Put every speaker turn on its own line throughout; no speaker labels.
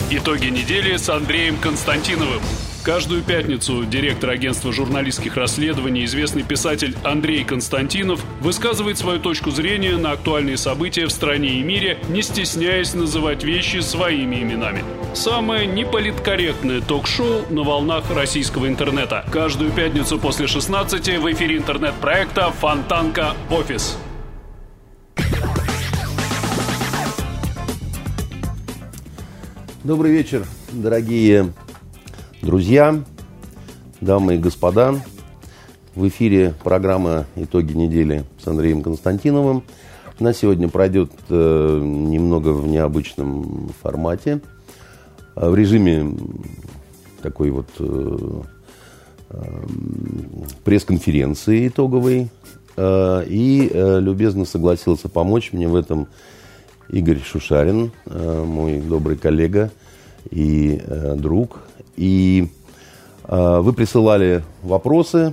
Итоги недели с Андреем Константиновым. Каждую пятницу директор агентства журналистских расследований, известный писатель Андрей Константинов, высказывает свою точку зрения на актуальные события в стране и мире, не стесняясь называть вещи своими именами. Самое неполиткорректное ток-шоу на волнах российского интернета. Каждую пятницу после 16 в эфире интернет-проекта «Фонтанка Офис».
Добрый вечер, дорогие друзья, дамы и господа. В эфире программа «Итоги недели» с Андреем Константиновым. Она сегодня пройдет немного в необычном формате, в режиме такой вот пресс-конференции итоговой. И любезно согласился помочь мне в этом Игорь Шушарин, мой добрый коллега и друг. И вы присылали вопросы.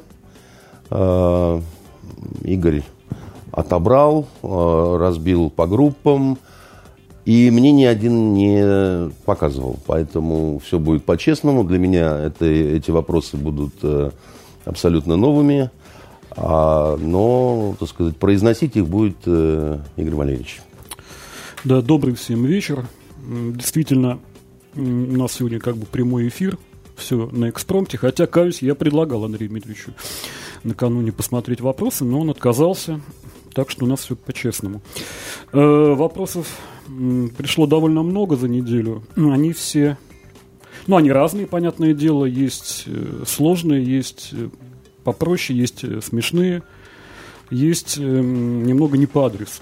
Игорь отобрал, разбил по группам. И мне ни один не показывал. Поэтому все будет по-честному. Для меня эти вопросы будут абсолютно новыми. Но, так сказать, произносить их будет Игорь Валерьевич.
Да, добрый всем вечер. Действительно, у нас сегодня как бы прямой эфир, все на экспромте, хотя, каюсь, я предлагал Андрею Дмитриевичу накануне посмотреть вопросы, но он отказался, так что у нас все по-честному. Вопросов пришло довольно много за неделю, они все, они разные, понятное дело, есть сложные, есть попроще, есть смешные, есть немного не по адресу.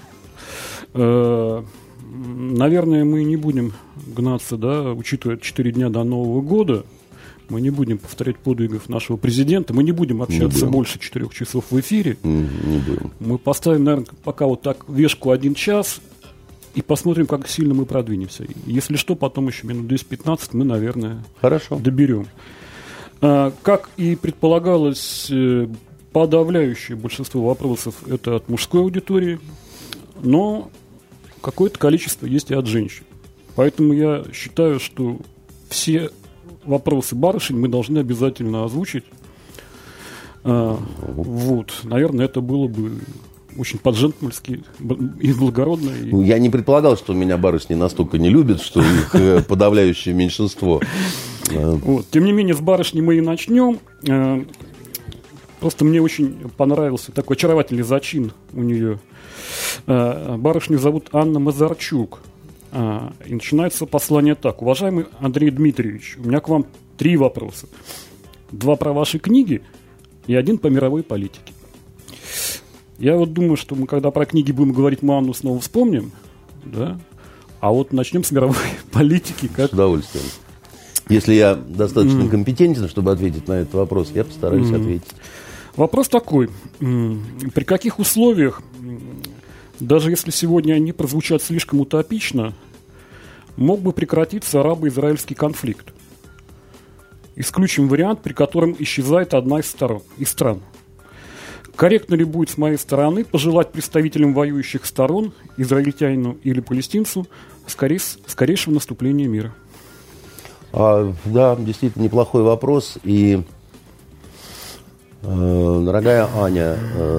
Наверное, мы не будем гнаться, учитывая 4 дня до Нового года, мы не будем повторять подвигов нашего президента, мы не будем общаться больше 4 часов в эфире.
Не будем.
Мы поставим, наверное, пока вот так вешку 1 час и посмотрим, как сильно мы продвинемся. Если что, потом еще минут 10-15 мы, наверное, доберем. Как и предполагалось, подавляющее большинство вопросов это от мужской аудитории, но какое-то количество есть и от женщин. Поэтому я считаю, что все вопросы барышень мы должны обязательно озвучить. Наверное, это было бы очень по-джентльменски и благородно.
Я не предполагал, что меня барышни настолько не любят, что их подавляющее меньшинство.
Тем не менее, с барышни мы и начнем. Просто мне очень понравился такой очаровательный зачин у нее. Барышню зовут Анна Мазарчук. И начинается послание так. Уважаемый Андрей Дмитриевич, у меня к вам 3 вопроса. 2 про ваши книги и 1 по мировой политике. Я вот думаю, что мы, когда про книги будем говорить, мы Анну снова вспомним. Да? А вот начнем с мировой политики.
С удовольствием. Если я достаточно компетентен, чтобы ответить на этот вопрос, я постараюсь ответить.
Вопрос такой. При каких условиях, даже если сегодня они прозвучат слишком утопично, мог бы прекратиться арабо-израильский конфликт? Исключим вариант, при котором исчезает одна из стран. Корректно ли будет с моей стороны пожелать представителям воюющих сторон, израильтянину или палестинцу, скорейшего наступления мира?
Да, действительно неплохой вопрос. И, дорогая Аня,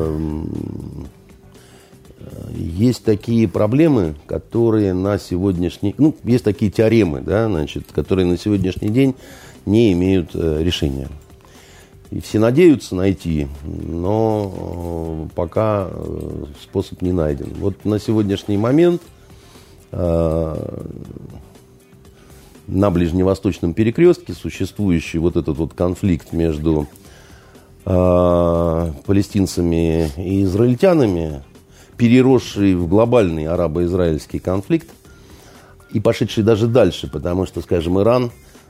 есть такие проблемы, которые на сегодняшний... есть такие теоремы, которые на сегодняшний день не имеют решения. И все надеются найти, но пока способ не найден. Вот на сегодняшний момент на ближневосточном перекрестке существующий вот этот вот конфликт между палестинцами и израильтянами, переросший в глобальный арабо-израильский конфликт и пошедший даже дальше, потому что, скажем, Иран,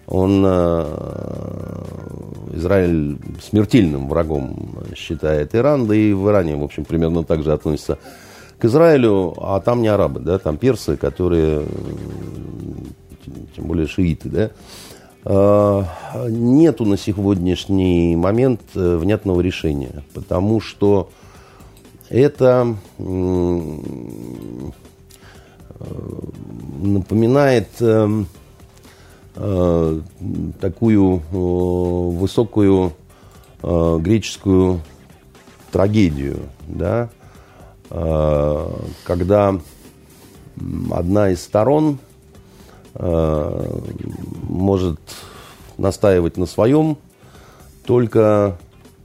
Израиль смертельным врагом считает Иран, да и в Иране, в общем, примерно так же относятся к Израилю, а там не арабы, там персы, которые, тем более шииты, нету на сегодняшний момент внятного решения, потому что это напоминает такую высокую греческую трагедию, да, когда одна из сторон может настаивать на своем только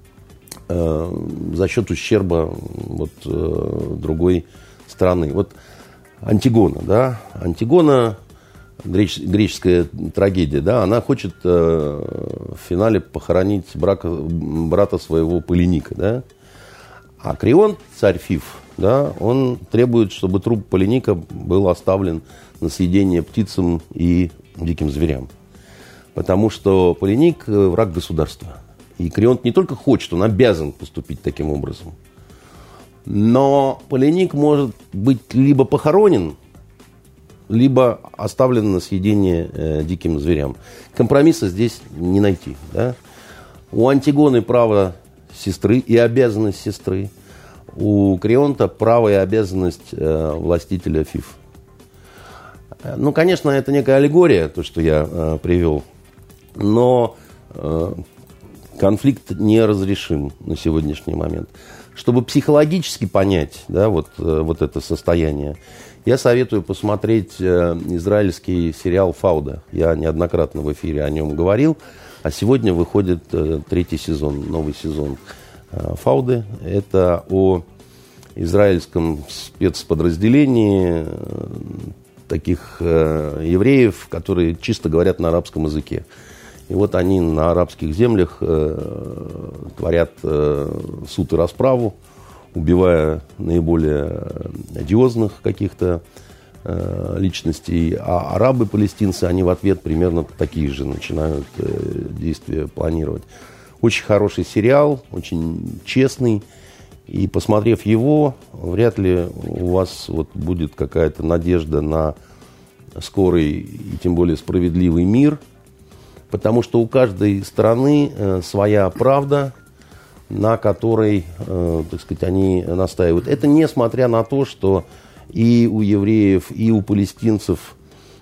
за счет ущерба вот, другой страны. Вот Антигона, да, Антигона, греческая трагедия, да, она хочет в финале похоронить брата своего Полиника, да, а Крионт, царь Фиф, да, он требует, чтобы труп Полиника был оставлен на съедение птицам и диким зверям, потому что Полиник враг государства. И Крионт не только хочет, он обязан поступить таким образом. Но Полиник может быть либо похоронен, либо оставлен на съедение диким зверям. Компромисса здесь не найти. Да? У Антигоны право сестры и обязанность сестры. У Крионта право и обязанность властителя Фиф. Ну, конечно, это некая аллегория, то, что я привел. Но конфликт неразрешим на сегодняшний момент. Чтобы психологически понять, да, вот это состояние, я советую посмотреть израильский сериал «Фауда». Я неоднократно в эфире о нем говорил. А сегодня выходит третий сезон, новый сезон «Фауды». Это о израильском спецподразделении таких евреев, которые чисто говорят на арабском языке. И вот они на арабских землях творят суд и расправу, убивая наиболее одиозных каких-то личностей. А арабы-палестинцы, они в ответ примерно такие же начинают действия планировать. Очень хороший сериал, очень честный. И посмотрев его, вряд ли у вас вот будет какая-то надежда на скорый и тем более справедливый мир. Потому что у каждой страны своя правда, на которой, так сказать, они настаивают. Это несмотря на то, что и у евреев, и у палестинцев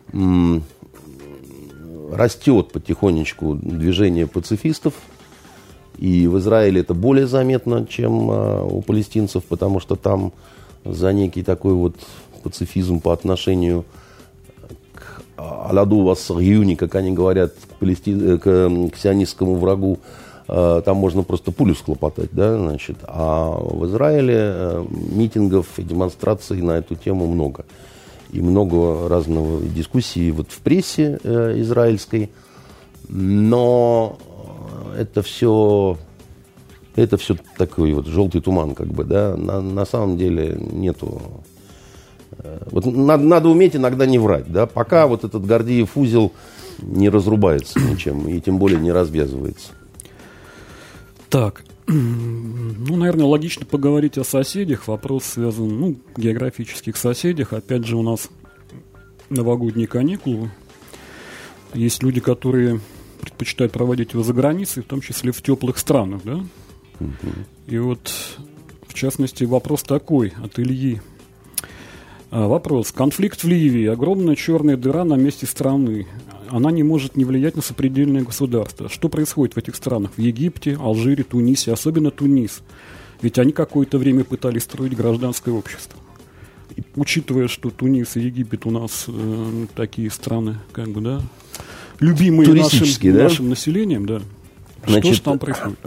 растет потихонечку движение пацифистов. И в Израиле это более заметно, чем у палестинцев, потому что там за некий такой вот пацифизм по отношению к Аладу Вассарьюни, как они говорят, к сионистскому врагу, там можно просто пулю схлопотать, да, значит. А в Израиле митингов и демонстраций на эту тему много. И много разного дискуссий вот в прессе израильской. Но это все такой вот желтый туман, как бы, да. На самом деле нету. Вот надо уметь иногда не врать, да. Пока вот этот Гордиев узел не разрубается ничем, и тем более не развязывается.
Так, ну, наверное, логично поговорить о соседях. Вопрос связан, географических соседях. Опять же, у нас новогодние каникулы. Есть люди, которые предпочитают проводить его за границей, в том числе в теплых странах, да? И вот, в частности, вопрос такой от Ильи. Вопрос. Конфликт в Ливии. Огромная черная дыра на месте страны. Она не может не влиять на сопредельное государство. Что происходит в этих странах? В Египте, Алжире, Тунисе, особенно Тунис. Ведь они какое-то время пытались строить гражданское общество. И, учитывая, что Тунис и Египет у нас такие страны, как бы, да, любимые нашим населением, да.
Значит,
что там происходит?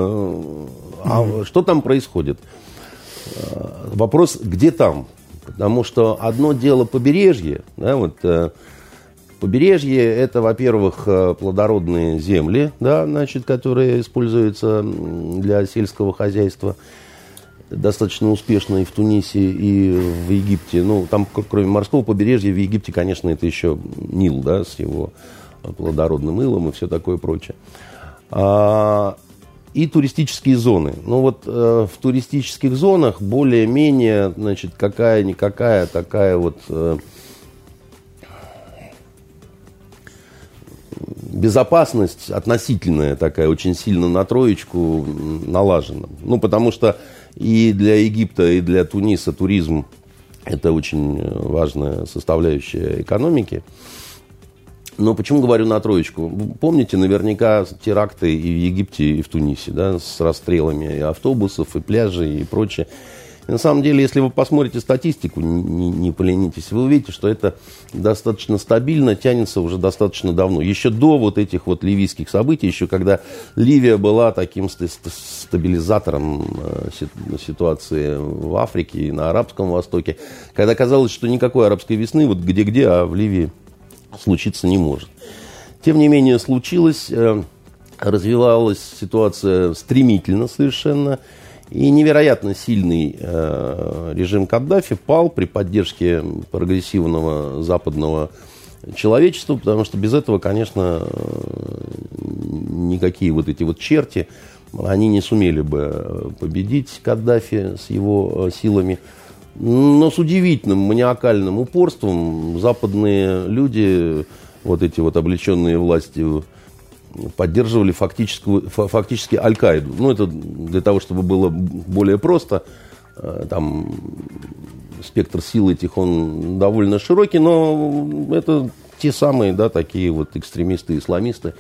Что там происходит? Вопрос, где там? Потому что одно дело побережье, да, вот побережье это, во-первых, плодородные земли, да, значит, которые используются для сельского хозяйства достаточно успешно и в Тунисе, и в Египте. Ну, там, кроме морского побережья, в Египте, конечно, это еще Нил, да, с его плодородным илом и все такое прочее. И туристические зоны. Ну вот в туристических зонах более-менее, значит, какая-никакая такая вот безопасность относительная такая, очень сильно на троечку налажена. Ну, потому что и для Египта, и для Туниса туризм – это очень важная составляющая экономики. Но почему говорю на троечку? Помните наверняка теракты и в Египте, и в Тунисе, да, с расстрелами и автобусов, и пляжей, и прочее. И на самом деле, если вы посмотрите статистику, не поленитесь, вы увидите, что это достаточно стабильно, тянется уже достаточно давно. Еще до вот этих вот ливийских событий, еще когда Ливия была таким стабилизатором ситуации в Африке и на Арабском Востоке, когда казалось, что никакой арабской весны вот где-где, а в Ливии случиться не может. Тем не менее, случилось, развивалась ситуация стремительно совершенно. И невероятно сильный режим Каддафи пал при поддержке прогрессивного западного человечества, потому что без этого, конечно, никакие вот эти вот черти, они не сумели бы победить Каддафи с его силами. Но с удивительным маниакальным упорством западные люди, вот эти вот облеченные властью, поддерживали фактически Аль-Каиду. Ну, это для того, чтобы было более просто. Там спектр сил этих, он довольно широкий, но это те самые, да, такие вот экстремисты-исламисты.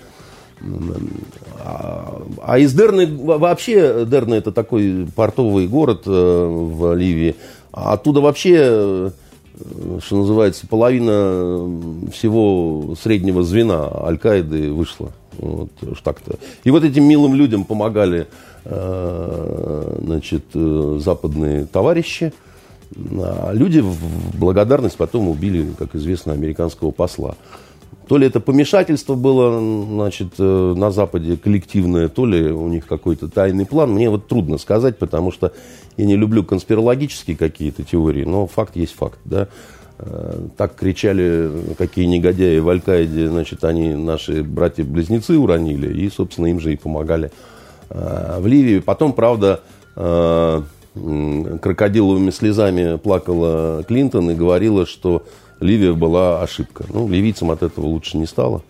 А из Дерны, вообще Дерна это такой портовый город в Ливии. А оттуда вообще, что называется, половина всего среднего звена Аль-Каиды вышла. Вот, так-то. И вот этим милым людям помогали, значит, западные товарищи. А люди в благодарность потом убили, как известно, американского посла. То ли это помешательство было, значит, на Западе коллективное, то ли у них какой-то тайный план. Мне вот трудно сказать, потому что я не люблю конспирологические какие-то теории, но факт есть факт, да. Так кричали, какие негодяи в Аль-Каиде, значит, они наши братья-близнецы уронили, и, собственно, им же и помогали в Ливии. Потом, правда, крокодиловыми слезами плакала Клинтон и говорила, что Ливия была ошибка. Ну, ливийцам от этого лучше не стало.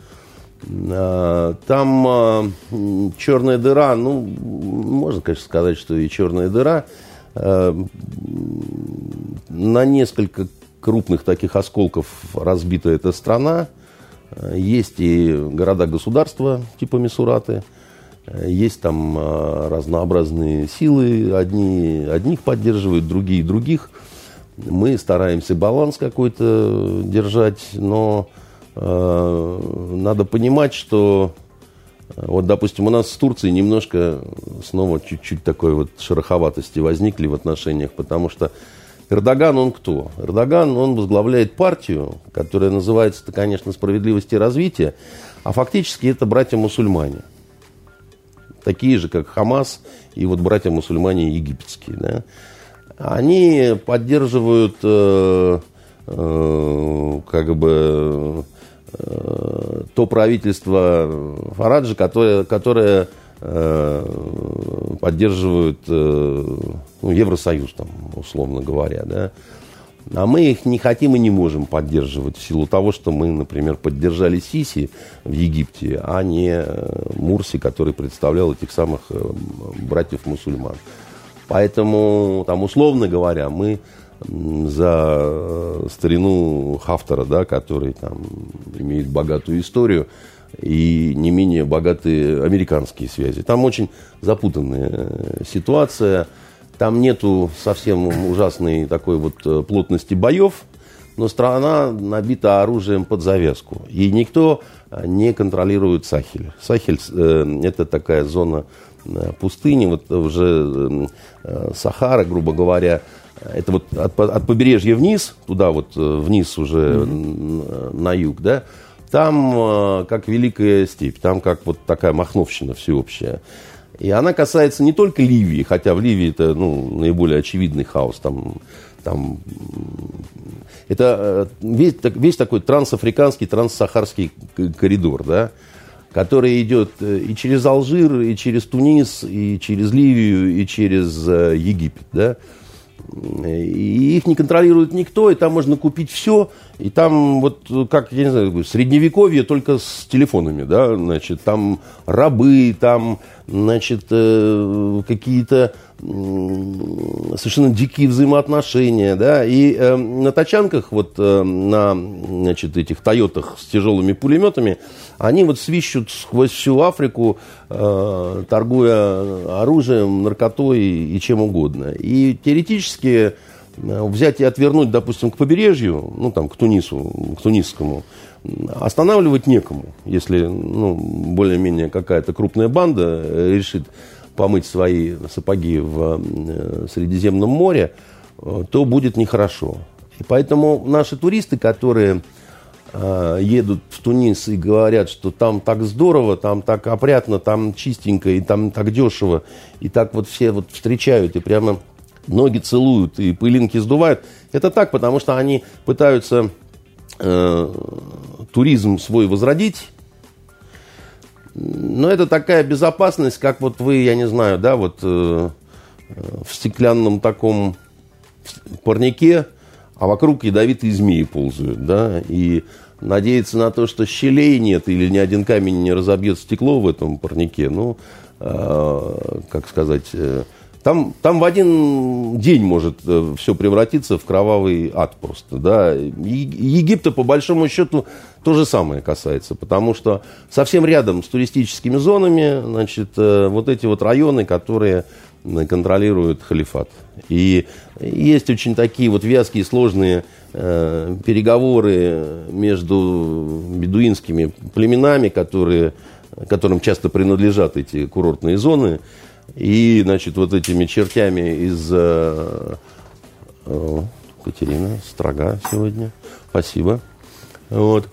Там черная дыра, ну, можно, конечно, сказать, что и черная дыра. На несколько крупных таких осколков разбита эта страна. Есть и города-государства типа Мисураты. Есть там разнообразные силы. Одних поддерживают, другие других. Мы стараемся баланс какой-то держать, но надо понимать, что вот, допустим, у нас с Турцией немножко снова чуть-чуть такой вот шероховатости возникли в отношениях, потому что Эрдоган, он кто? Эрдоган, он возглавляет партию, которая называется, конечно, «Справедливость и развитие», а фактически это братья-мусульмане. Такие же, как Хамас и вот братья-мусульмане египетские. Да? Они поддерживают как бы то правительство Фараджа, которое поддерживают Евросоюз, там, условно говоря. Да? А мы их не хотим и не можем поддерживать в силу того, что мы, например, поддержали Сиси в Египте, а не Мурси, который представлял этих самых братьев-мусульман. Поэтому, там, условно говоря, мы за старину Хафтара, да, который там имеет богатую историю и не менее богатые американские связи. Там очень запутанная ситуация. Там нету совсем ужасной такой вот плотности боев, но страна набита оружием под завязку. И никто не контролирует Сахель. Сахель это такая зона пустыни, вот уже Сахара, грубо говоря, это вот от побережья вниз, туда вот вниз уже на юг, да, там как Великая степь, там как вот такая махновщина всеобщая. И она касается не только Ливии, хотя в Ливии это наиболее очевидный хаос. Там это весь такой трансафриканский, транссахарский коридор, да, который идет и через Алжир, и через Тунис, и через Ливию, и через Египет, да. И их не контролирует никто, и там можно купить все. И там вот, как, я не знаю, средневековье только с телефонами, да, значит, там рабы, там, значит, какие-то совершенно дикие взаимоотношения, да, и на тачанках, вот на, значит, этих Тойотах с тяжелыми пулеметами, они вот свищут сквозь всю Африку, торгуя оружием, наркотой и чем угодно. И теоретически взять и отвернуть, допустим, к побережью, ну, там, к Тунису, к тунисскому, останавливать некому, если, ну, более-менее какая-то крупная банда решит помыть свои сапоги в Средиземном море, то будет нехорошо. И поэтому наши туристы, которые едут в Тунис и говорят, что там так здорово, там так опрятно, там чистенько, и там так дешево, и так вот все вот встречают, и прямо ноги целуют, и пылинки сдувают. Это так, потому что они пытаются туризм свой возродить. Но это такая безопасность, как вот вы, я не знаю, да, вот в стеклянном таком парнике, а вокруг ядовитые змеи ползают, да, и надеяться на то, что щелей нет или ни один камень не разобьет стекло в этом парнике, ну, как сказать, там в один день может все превратиться в кровавый ад просто, да. Египта, по большому счету, то же самое касается, потому что совсем рядом с туристическими зонами, значит, вот эти вот районы, которые контролирует халифат. И есть очень такие вот вязкие, сложные переговоры между бедуинскими племенами, которым часто принадлежат эти курортные зоны, и, значит, вот этими чертями из... Катерина строга сегодня. Спасибо. Вот.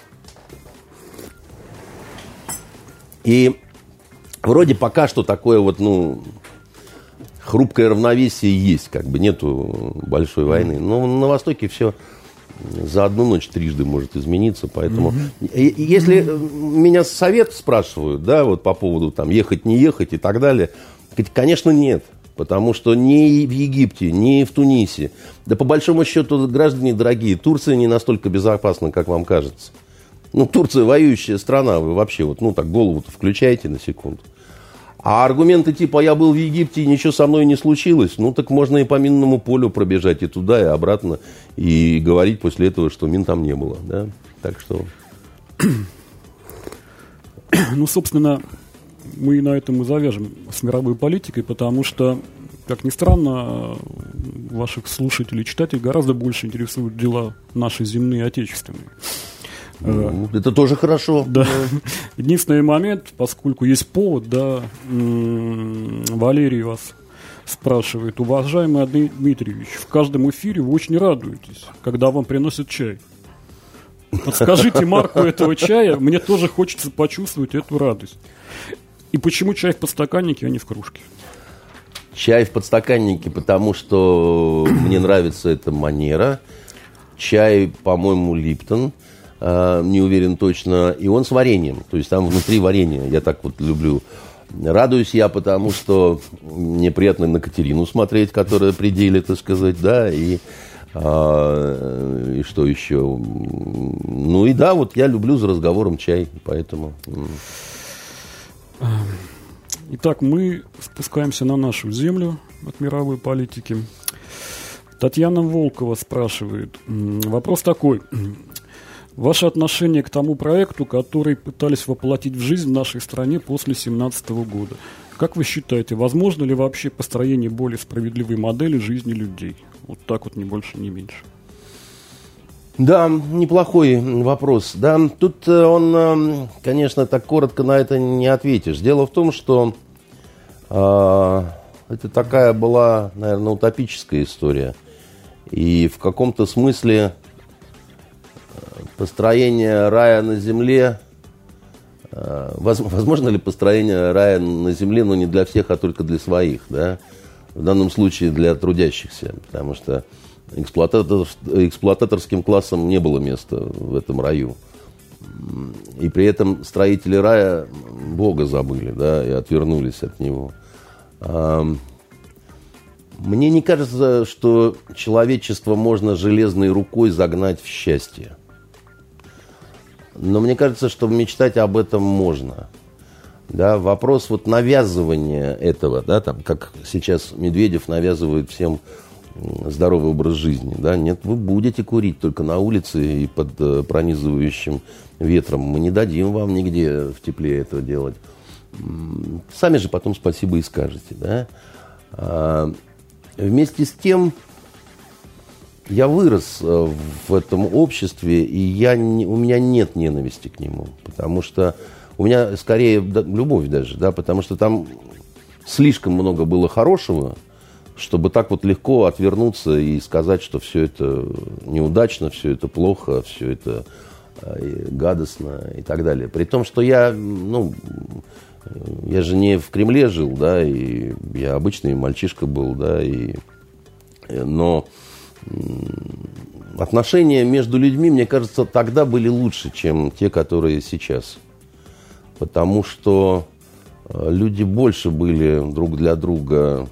И вроде пока что такое вот, ну, хрупкое равновесие есть, как бы нету большой войны. Но на Востоке все за одну ночь трижды может измениться, поэтому... Если меня совет спрашивают, да, вот по поводу там ехать, не ехать и так далее, конечно, нет. Потому что ни в Египте, ни в Тунисе, да по большому счету, граждане дорогие, Турция не настолько безопасна, как вам кажется. Ну, Турция воюющая страна, вы вообще вот, ну, так голову-то включаете на секунду. А аргументы типа «я был в Египте, и ничего со мной не случилось», ну, так можно и по минному полю пробежать и туда, и обратно, и говорить после этого, что мин там не было, да, так что...
Ну, собственно, мы на этом и завяжем с мировой политикой, потому что, как ни странно, ваших слушателей и читателей гораздо больше интересуют дела наши земные, отечественные.
Это тоже хорошо.
Да. Единственный момент, поскольку есть повод, да, Валерий вас спрашивает: уважаемый Андрей Дмитриевич, в каждом эфире вы очень радуетесь, когда вам приносят чай. Подскажите марку этого чая, мне тоже хочется почувствовать эту радость. И почему чай в подстаканнике, а не в кружке?
Чай в подстаканнике, потому что мне нравится эта манера. Чай, по-моему, Липтон. Не уверен точно, и он с вареньем, то есть там внутри варенье, я так вот люблю. Радуюсь я, потому что мне приятно на Катерину смотреть, которая при деле, так сказать, да, и что еще? Ну и да, вот я люблю за разговором чай, поэтому...
Итак, мы спускаемся на нашу землю от мировой политики. Татьяна Волкова спрашивает, вопрос такой... Ваше отношение к тому проекту, который пытались воплотить в жизнь в нашей стране после 2017 года. Как вы считаете, возможно ли вообще построение более справедливой модели жизни людей? Вот так вот, ни больше, ни меньше.
Да, неплохой вопрос. Да, тут он, конечно, так коротко на это не ответишь. Дело в том, что это такая была, наверное, утопическая история. И в каком-то смысле... Построение рая на земле, возможно ли построение рая на земле, но не для всех, а только для своих, да? В данном случае для трудящихся, потому что эксплуататорским классам не было места в этом раю. И при этом строители рая Бога забыли, да, и отвернулись от него. Мне не кажется, что человечество можно железной рукой загнать в счастье. Но мне кажется, что мечтать об этом можно. Да, вопрос вот навязывания этого, да, там, как сейчас Медведев навязывает всем здоровый образ жизни. Да? Нет, вы будете курить только на улице и под пронизывающим ветром. Мы не дадим вам нигде в тепле этого делать. Сами же потом спасибо и скажете. Да? Вместе с тем, я вырос в этом обществе, и у меня нет ненависти к нему. Потому что у меня скорее любовь даже, да, потому что там слишком много было хорошего, чтобы так вот легко отвернуться и сказать, что все это неудачно, все это плохо, все это гадостно и так далее. При том, что я же не в Кремле жил, да, и я обычный мальчишка был, да, но отношения между людьми, мне кажется, тогда были лучше, чем те, которые сейчас. Потому что люди больше были друг для друга.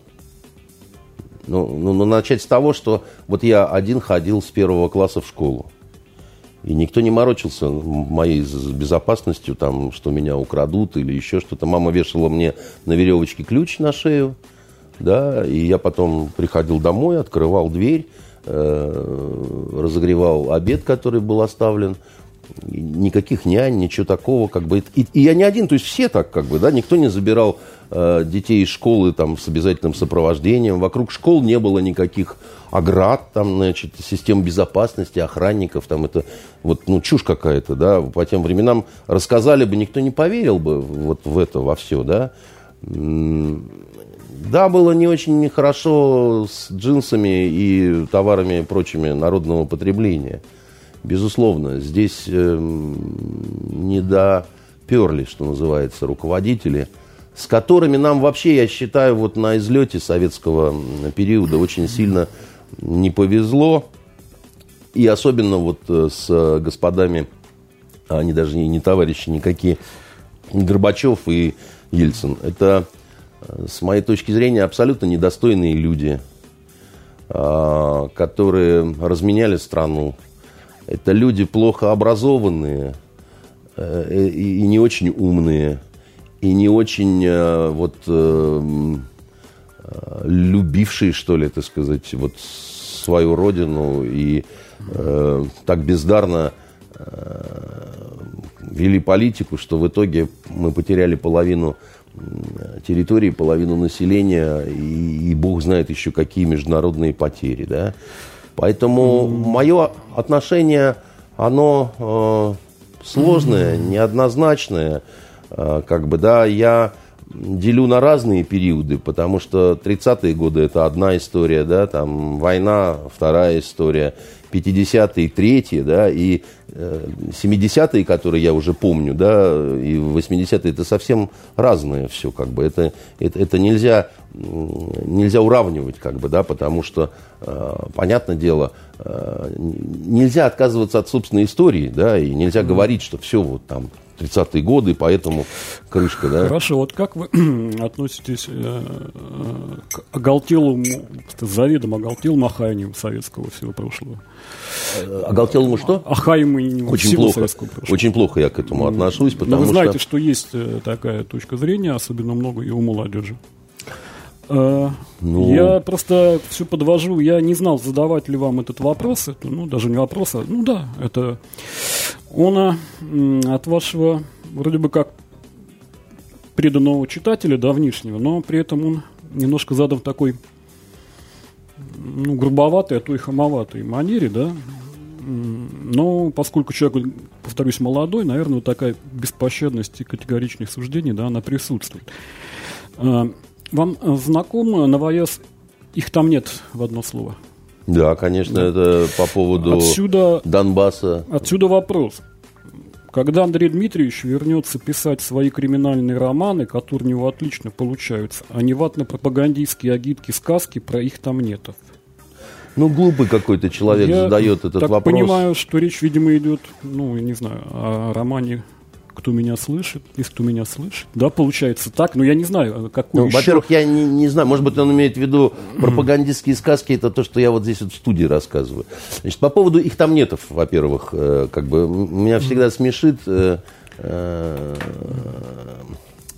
Ну, начать с того, что вот я один ходил с 1 класса в школу. И никто не морочился моей безопасностью, там, что меня украдут или еще что-то. Мама вешала мне на веревочке ключ на шею. Да, и я потом приходил домой, открывал дверь, разогревал обед, который был оставлен. Никаких нянь, ничего такого, как бы. И я не один, то есть все так, как бы, да, никто не забирал детей из школы там с обязательным сопровождением. Вокруг школ не было никаких оград, там, значит, систем безопасности, охранников, там это вот, чушь какая-то, да. По тем временам рассказали бы, никто не поверил бы вот в это, во все, да. Да, было не очень хорошо с джинсами и товарами прочими народного потребления. Безусловно, здесь не доперли, что называется, руководители, с которыми нам вообще, я считаю, вот на излете советского периода очень сильно не повезло. И особенно вот с господами, они даже не товарищи никакие, Горбачев и Ельцин. Это, с моей точки зрения, абсолютно недостойные люди, которые разменяли страну. Это люди плохо образованные и не очень умные, и не очень любившие, что ли, так сказать, вот свою родину и так бездарно вели политику, что в итоге мы потеряли половину территории, половину населения и бог знает еще какие международные потери, да. Поэтому мое отношение, оно сложное, неоднозначное. Как бы, да, я делю на разные периоды, потому что 30-е годы – это одна история, да, там война – вторая история, 50-е – третья, да, и 70-е, которые я уже помню, да, и 80-е – это совсем разное все, как бы, это нельзя уравнивать, как бы, да, потому что, понятное дело, нельзя отказываться от собственной истории, да, и нельзя говорить, что все вот там 30-е годы, поэтому крышка, да.
Хорошо, вот как вы относитесь к оголтелому, заведомо оголтелому ахаянию советского всего прошлого?
Оголтелому что?
Ахаянию всего советского прошлого.
Очень плохо я к этому отношусь, потому
вы знаете, что есть такая точка зрения, особенно много и у молодежи. Я просто все подвожу, я не знал, задавать ли вам этот вопрос, это, даже не вопрос, это он от вашего, вроде бы как, преданного читателя давнишнего, но при этом он немножко задан в такой, грубоватой, а то и хамоватой манере, да, но поскольку человек, повторюсь, молодой, наверное, вот такая беспощадность и категоричных суждений, да, она присутствует. Вам знаком новояз «Их там нет» в одно слово?
Да, конечно, это по поводу Донбасса. Отсюда
вопрос. Когда Андрей Дмитриевич вернется писать свои криминальные романы, которые у него отлично получаются, а не ватно-пропагандистские агитки, сказки про «Их там нетов»?
Глупый какой-то человек задает этот вопрос.
Я понимаю, что речь, видимо, идет, не знаю, о романе «Кто меня слышит», «Если кто меня слышит». Да, получается так, но я не знаю, какую еще...
Во-первых, я не знаю, может быть, он имеет в виду пропагандистские сказки, это то, что я вот здесь вот в студии рассказываю. Значит, по поводу «Их там нетов», во-первых, меня всегда смешит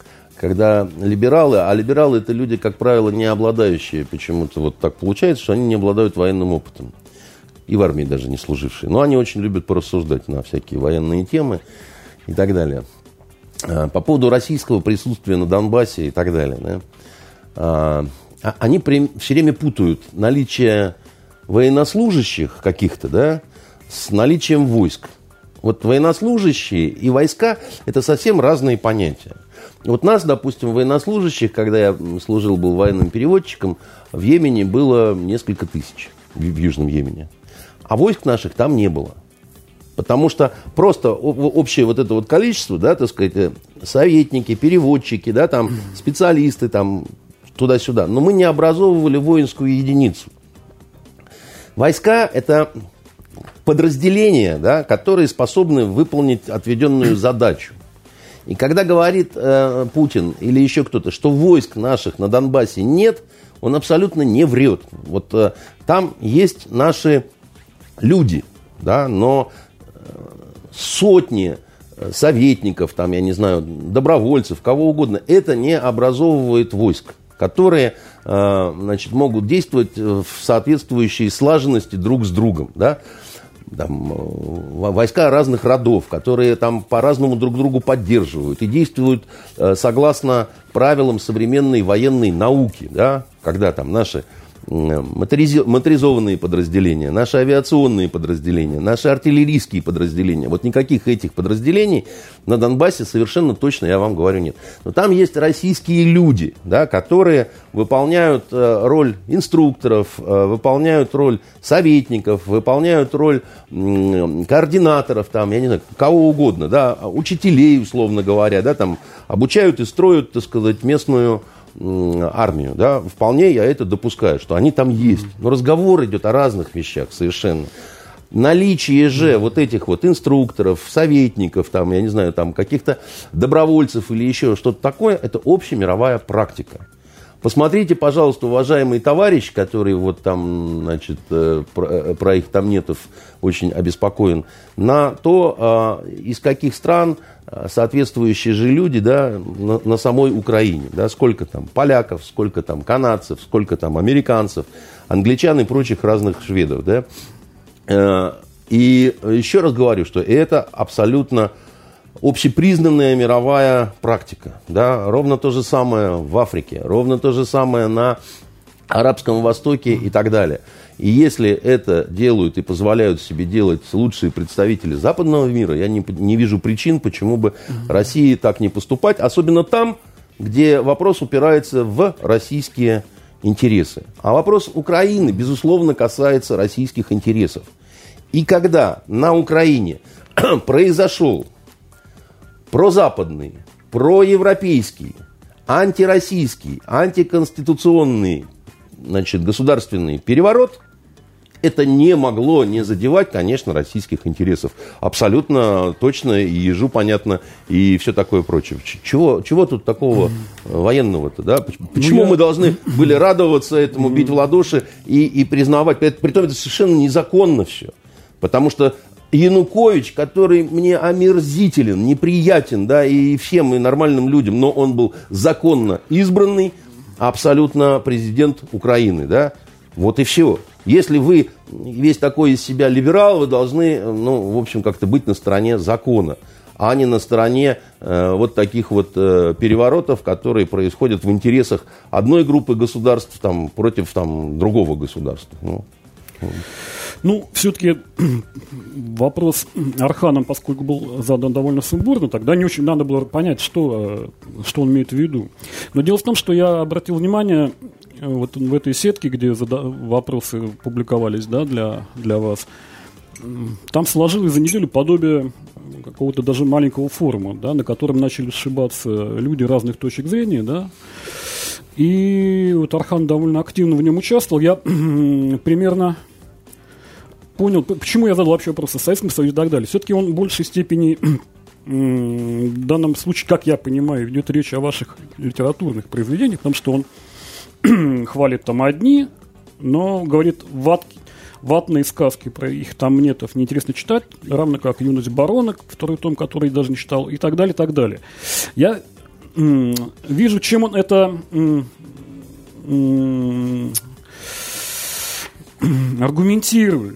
когда либералы, а либералы это люди, как правило, не обладающие, почему-то вот так получается, что они не обладают военным опытом. И в армии даже не служившие. Но они очень любят порассуждать на всякие военные темы и так далее. По поводу российского присутствия на Донбассе и так далее. Да, они все время путают наличие военнослужащих каких-то, да, с наличием войск. Вот военнослужащие и войска – это совсем разные понятия. Вот нас, допустим, военнослужащих, когда я служил, был военным переводчиком, в Йемене было несколько тысяч, в Южном Йемене. А войск наших там не было. Потому что просто общее вот это вот количество, да, так сказать, советники, переводчики, да, там, специалисты, там, туда-сюда. Но мы не образовывали воинскую единицу. Войска – это подразделения, да, которые способны выполнить отведенную задачу. И когда говорит Путин или еще кто-то, что войск наших на Донбассе нет, он абсолютно не врет. Вот там есть наши люди, да, но сотни советников, там, я не знаю, добровольцев, кого угодно, это не образовывает войск, которые, значит, могут действовать в соответствующей слаженности друг с другом, да. Там, войска разных родов, которые там по-разному друг другу поддерживают и действуют согласно правилам современной военной науки, да, когда там наши моторизованные подразделения, наши авиационные подразделения, наши артиллерийские подразделения. Вот никаких этих подразделений на Донбассе совершенно точно, я вам говорю, нет. Но там есть российские люди, да, которые выполняют роль инструкторов, выполняют роль советников, выполняют роль координаторов, там, я не знаю, кого угодно, да, учителей, условно говоря, да, там, обучают и строят, так сказать, местную армию, да, вполне я это допускаю, что они там есть. Но разговор идет о разных вещах совершенно. Наличие же вот этих вот инструкторов, советников, там, я не знаю, там, каких-то добровольцев или еще что-то такое, это общемировая практика. Посмотрите, пожалуйста, уважаемый товарищ, который вот там, значит, про их там нетов очень обеспокоен, на то, из каких стран соответствующие же люди, да, на самой Украине, да, сколько там поляков, сколько там канадцев, сколько там американцев, англичан и прочих разных шведов, да. И еще раз говорю, что это абсолютно общепризнанная мировая практика, да, ровно то же самое в Африке, ровно то же самое на Арабском Востоке и так далее. И если это делают и позволяют себе делать лучшие представители западного мира, я не вижу причин, почему бы России так не поступать, особенно там, где вопрос упирается в российские интересы. А вопрос Украины, безусловно, касается российских интересов. И когда на Украине произошел прозападный, проевропейский, антироссийский, антиконституционный, значит, государственный переворот, это не могло не задевать, конечно, российских интересов. Абсолютно точно, и ежу понятно, и все такое прочее. Чего тут такого военного-то, да? Почему мы должны были радоваться этому, бить в ладоши и признавать? Притом это совершенно незаконно все. Потому что Янукович, который мне омерзителен, неприятен, да, и всем, и нормальным людям, но он был законно избранный, абсолютно президент Украины, да, вот и все. Если вы весь такой из себя либерал, вы должны, ну, в общем, как-то быть на стороне закона, а не на стороне вот таких вот переворотов, которые происходят в интересах одной группы государств там, против там, другого государства.
Ну, все-таки вопрос Арханом, поскольку был задан довольно сумбурно, тогда не очень надо было понять, что он имеет в виду. Но дело в том, что я обратил внимание вот в этой сетке, где вопросы публиковались, да, для вас, там сложилось за неделю подобие какого-то даже маленького форума, да, на котором начали сшибаться люди разных точек зрения, да. И вот Архан довольно активно в нем участвовал. Я примерно понял, почему я задал вообще вопрос о Советском Союзе и так далее. Все-таки он в большей степени, в данном случае, как я понимаю, идет речь о ваших литературных произведениях, потому что он хвалит там одни, но говорит, ватные сказки про их там нетов неинтересно читать, равно как «Юность барона», второй том, который я даже не читал, и так далее, и так далее. Я вижу, чем он это аргументирует.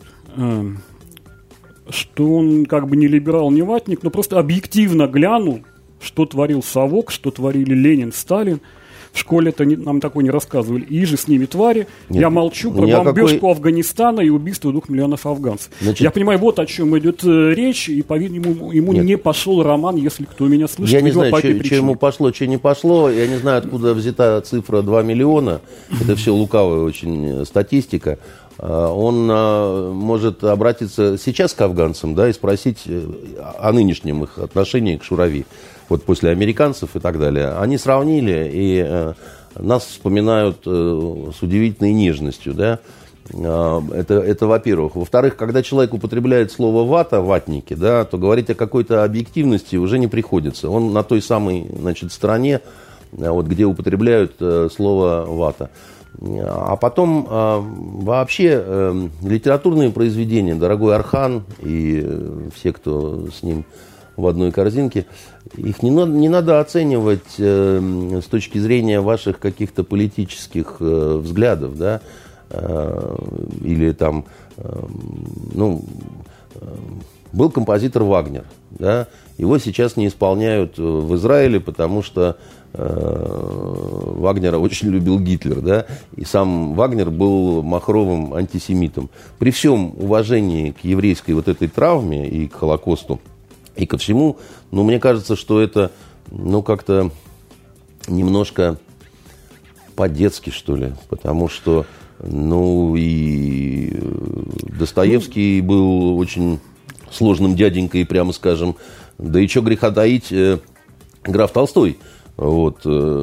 Что он как бы не либерал, не ватник, но просто объективно глянул, что творил Совок, что творили Ленин, Сталин. В школе это нам такое не рассказывали. И же с ними твари. Нет, я молчу про бомбежку Афганистана и убийство 2 миллионов афганцев. Значит, я понимаю, вот о чем идет речь, и, по-видимому, ему не пошел роман, если кто меня слышит.
Я не знаю, что ему пошло, что не пошло. Я не знаю, откуда взята цифра 2 миллиона. Это все лукавая очень статистика. Он может обратиться сейчас к афганцам, да, и спросить о нынешнем их отношении к Шурави. Вот после американцев и так далее. Они сравнили, и нас вспоминают с удивительной нежностью, да. Это во-первых. Во-вторых, когда человек употребляет слово «вата», «ватники», да, то говорить о какой-то объективности уже не приходится. Он на той самой, значит, стороне, вот, где употребляют слово «вата». А потом вообще литературные произведения, дорогой Архан и все, кто с ним в одной корзинке, их не надо оценивать с точки зрения ваших каких-то политических взглядов, да, или там, ну, был композитор Вагнер, да, его сейчас не исполняют в Израиле, потому что Вагнера очень любил Гитлер, да, и сам Вагнер был махровым антисемитом. При всем уважении к еврейской вот этой травме и к Холокосту, и ко всему, ну, мне кажется, что это, ну, как-то немножко по-детски, что ли, потому что, ну, и Достоевский был очень сложным дяденькой, прямо скажем, да и что греха таить, граф Толстой. Вот,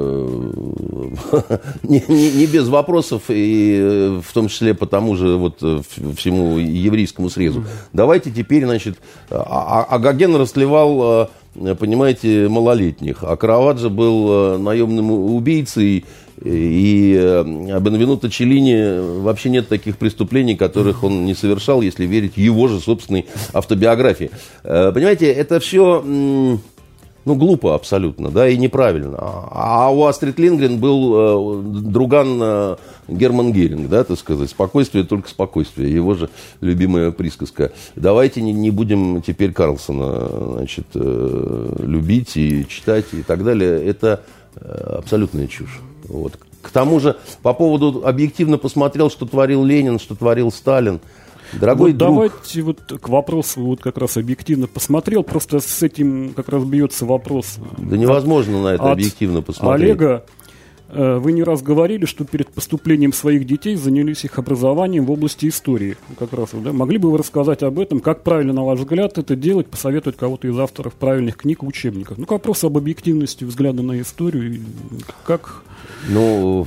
не без вопросов, и в том числе по тому же вот всему еврейскому срезу. Давайте теперь, значит, а Гоген растлевал, понимаете, малолетних, а Караваджо был наемным убийцей, и Бенвенуто Челлини вообще нет таких преступлений, которых он не совершал, если верить его же собственной автобиографии. Понимаете, это все... Ну, глупо абсолютно, да, и неправильно. А у Астрид Линдгрен был друган Герман Геринг, да, так сказать. Спокойствие, только спокойствие. Его же любимая присказка. Давайте не будем теперь Карлсона, значит, любить и читать и так далее. Это абсолютная чушь. Вот. К тому же, по поводу объективно посмотрел, что творил Ленин, что творил Сталин. Дорогой
вот
друг.
Давайте вот к вопросу вот как раз объективно посмотрел. Просто с этим как раз бьется вопрос.
Да невозможно на это объективно посмотреть.
Олега, вы не раз говорили, что перед поступлением своих детей занялись их образованием в области истории. Как раз, да? Могли бы вы рассказать об этом? Как правильно, на ваш взгляд, это делать? Посоветовать кого-то из авторов правильных книг и учебников? Ну, к вопросу об объективности взгляда на историю. Как...
Ну,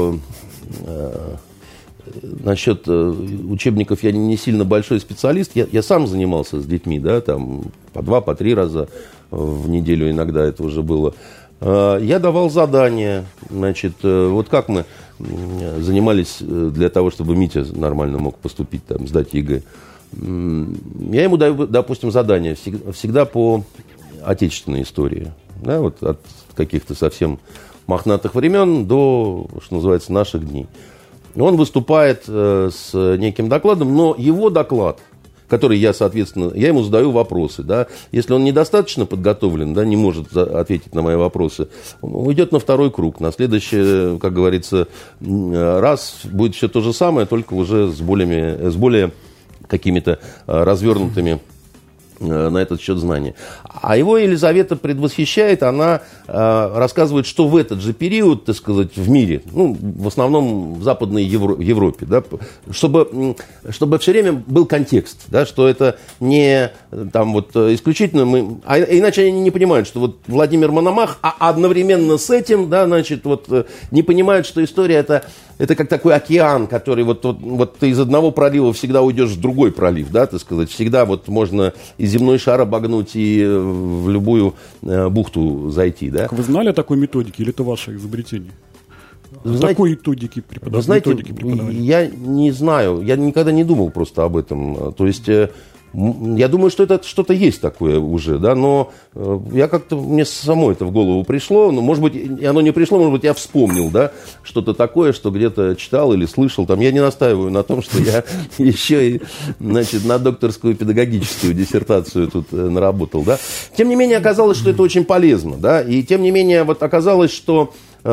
насчет учебников я не сильно большой специалист. Я сам занимался с детьми, да, там по 2-3 раза в неделю иногда это уже было. Я давал задания, значит, вот как мы занимались для того, чтобы Митя нормально мог поступить, там, сдать ЕГЭ. Я ему даю, допустим, задания всегда по отечественной истории, да, вот от каких-то совсем мохнатых времен до, что называется, наших дней. Он выступает с неким докладом, но его доклад, который я, соответственно, я ему задаю вопросы, да, если он недостаточно подготовлен, да, не может ответить на мои вопросы, он уйдет на второй круг, на следующий, как говорится, раз будет все то же самое, только уже с более какими-то развернутыми на этот счет знания. А его Елизавета предвосхищает, она рассказывает, что в этот же период, так сказать, в мире, ну, в основном в Западной Европе, да, чтобы все время был контекст, да, что это не там вот исключительно мы... А иначе они не понимают, что вот Владимир Мономах, а одновременно с этим, да, значит, вот не понимают, что история это как такой океан, который вот ты из одного пролива всегда уйдешь в другой пролив, да, так сказать, всегда вот можно и земной шар обогнуть, и в любую бухту зайти, да.
Вы знали о такой методике, или это ваше изобретение? Такой методики преподавания?
Вы знаете, я не знаю, я никогда не думал просто об этом. То есть Я думаю, что это что-то есть такое уже, да, но мне само это в голову пришло, но, может быть, оно не пришло, может быть, я вспомнил, да, что-то такое, что где-то читал или слышал, там, я не настаиваю на том, что я еще и, значит, на докторскую педагогическую диссертацию тут наработал, да. Тем не менее, оказалось, что это очень полезно, да, и тем не менее, вот оказалось, что,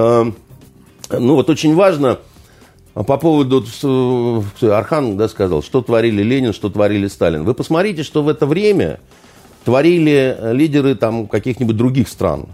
очень важно. По поводу, Архан, да, сказал, что творили Ленин, что творили Сталин. Вы посмотрите, что в это время творили лидеры там, каких-нибудь других стран.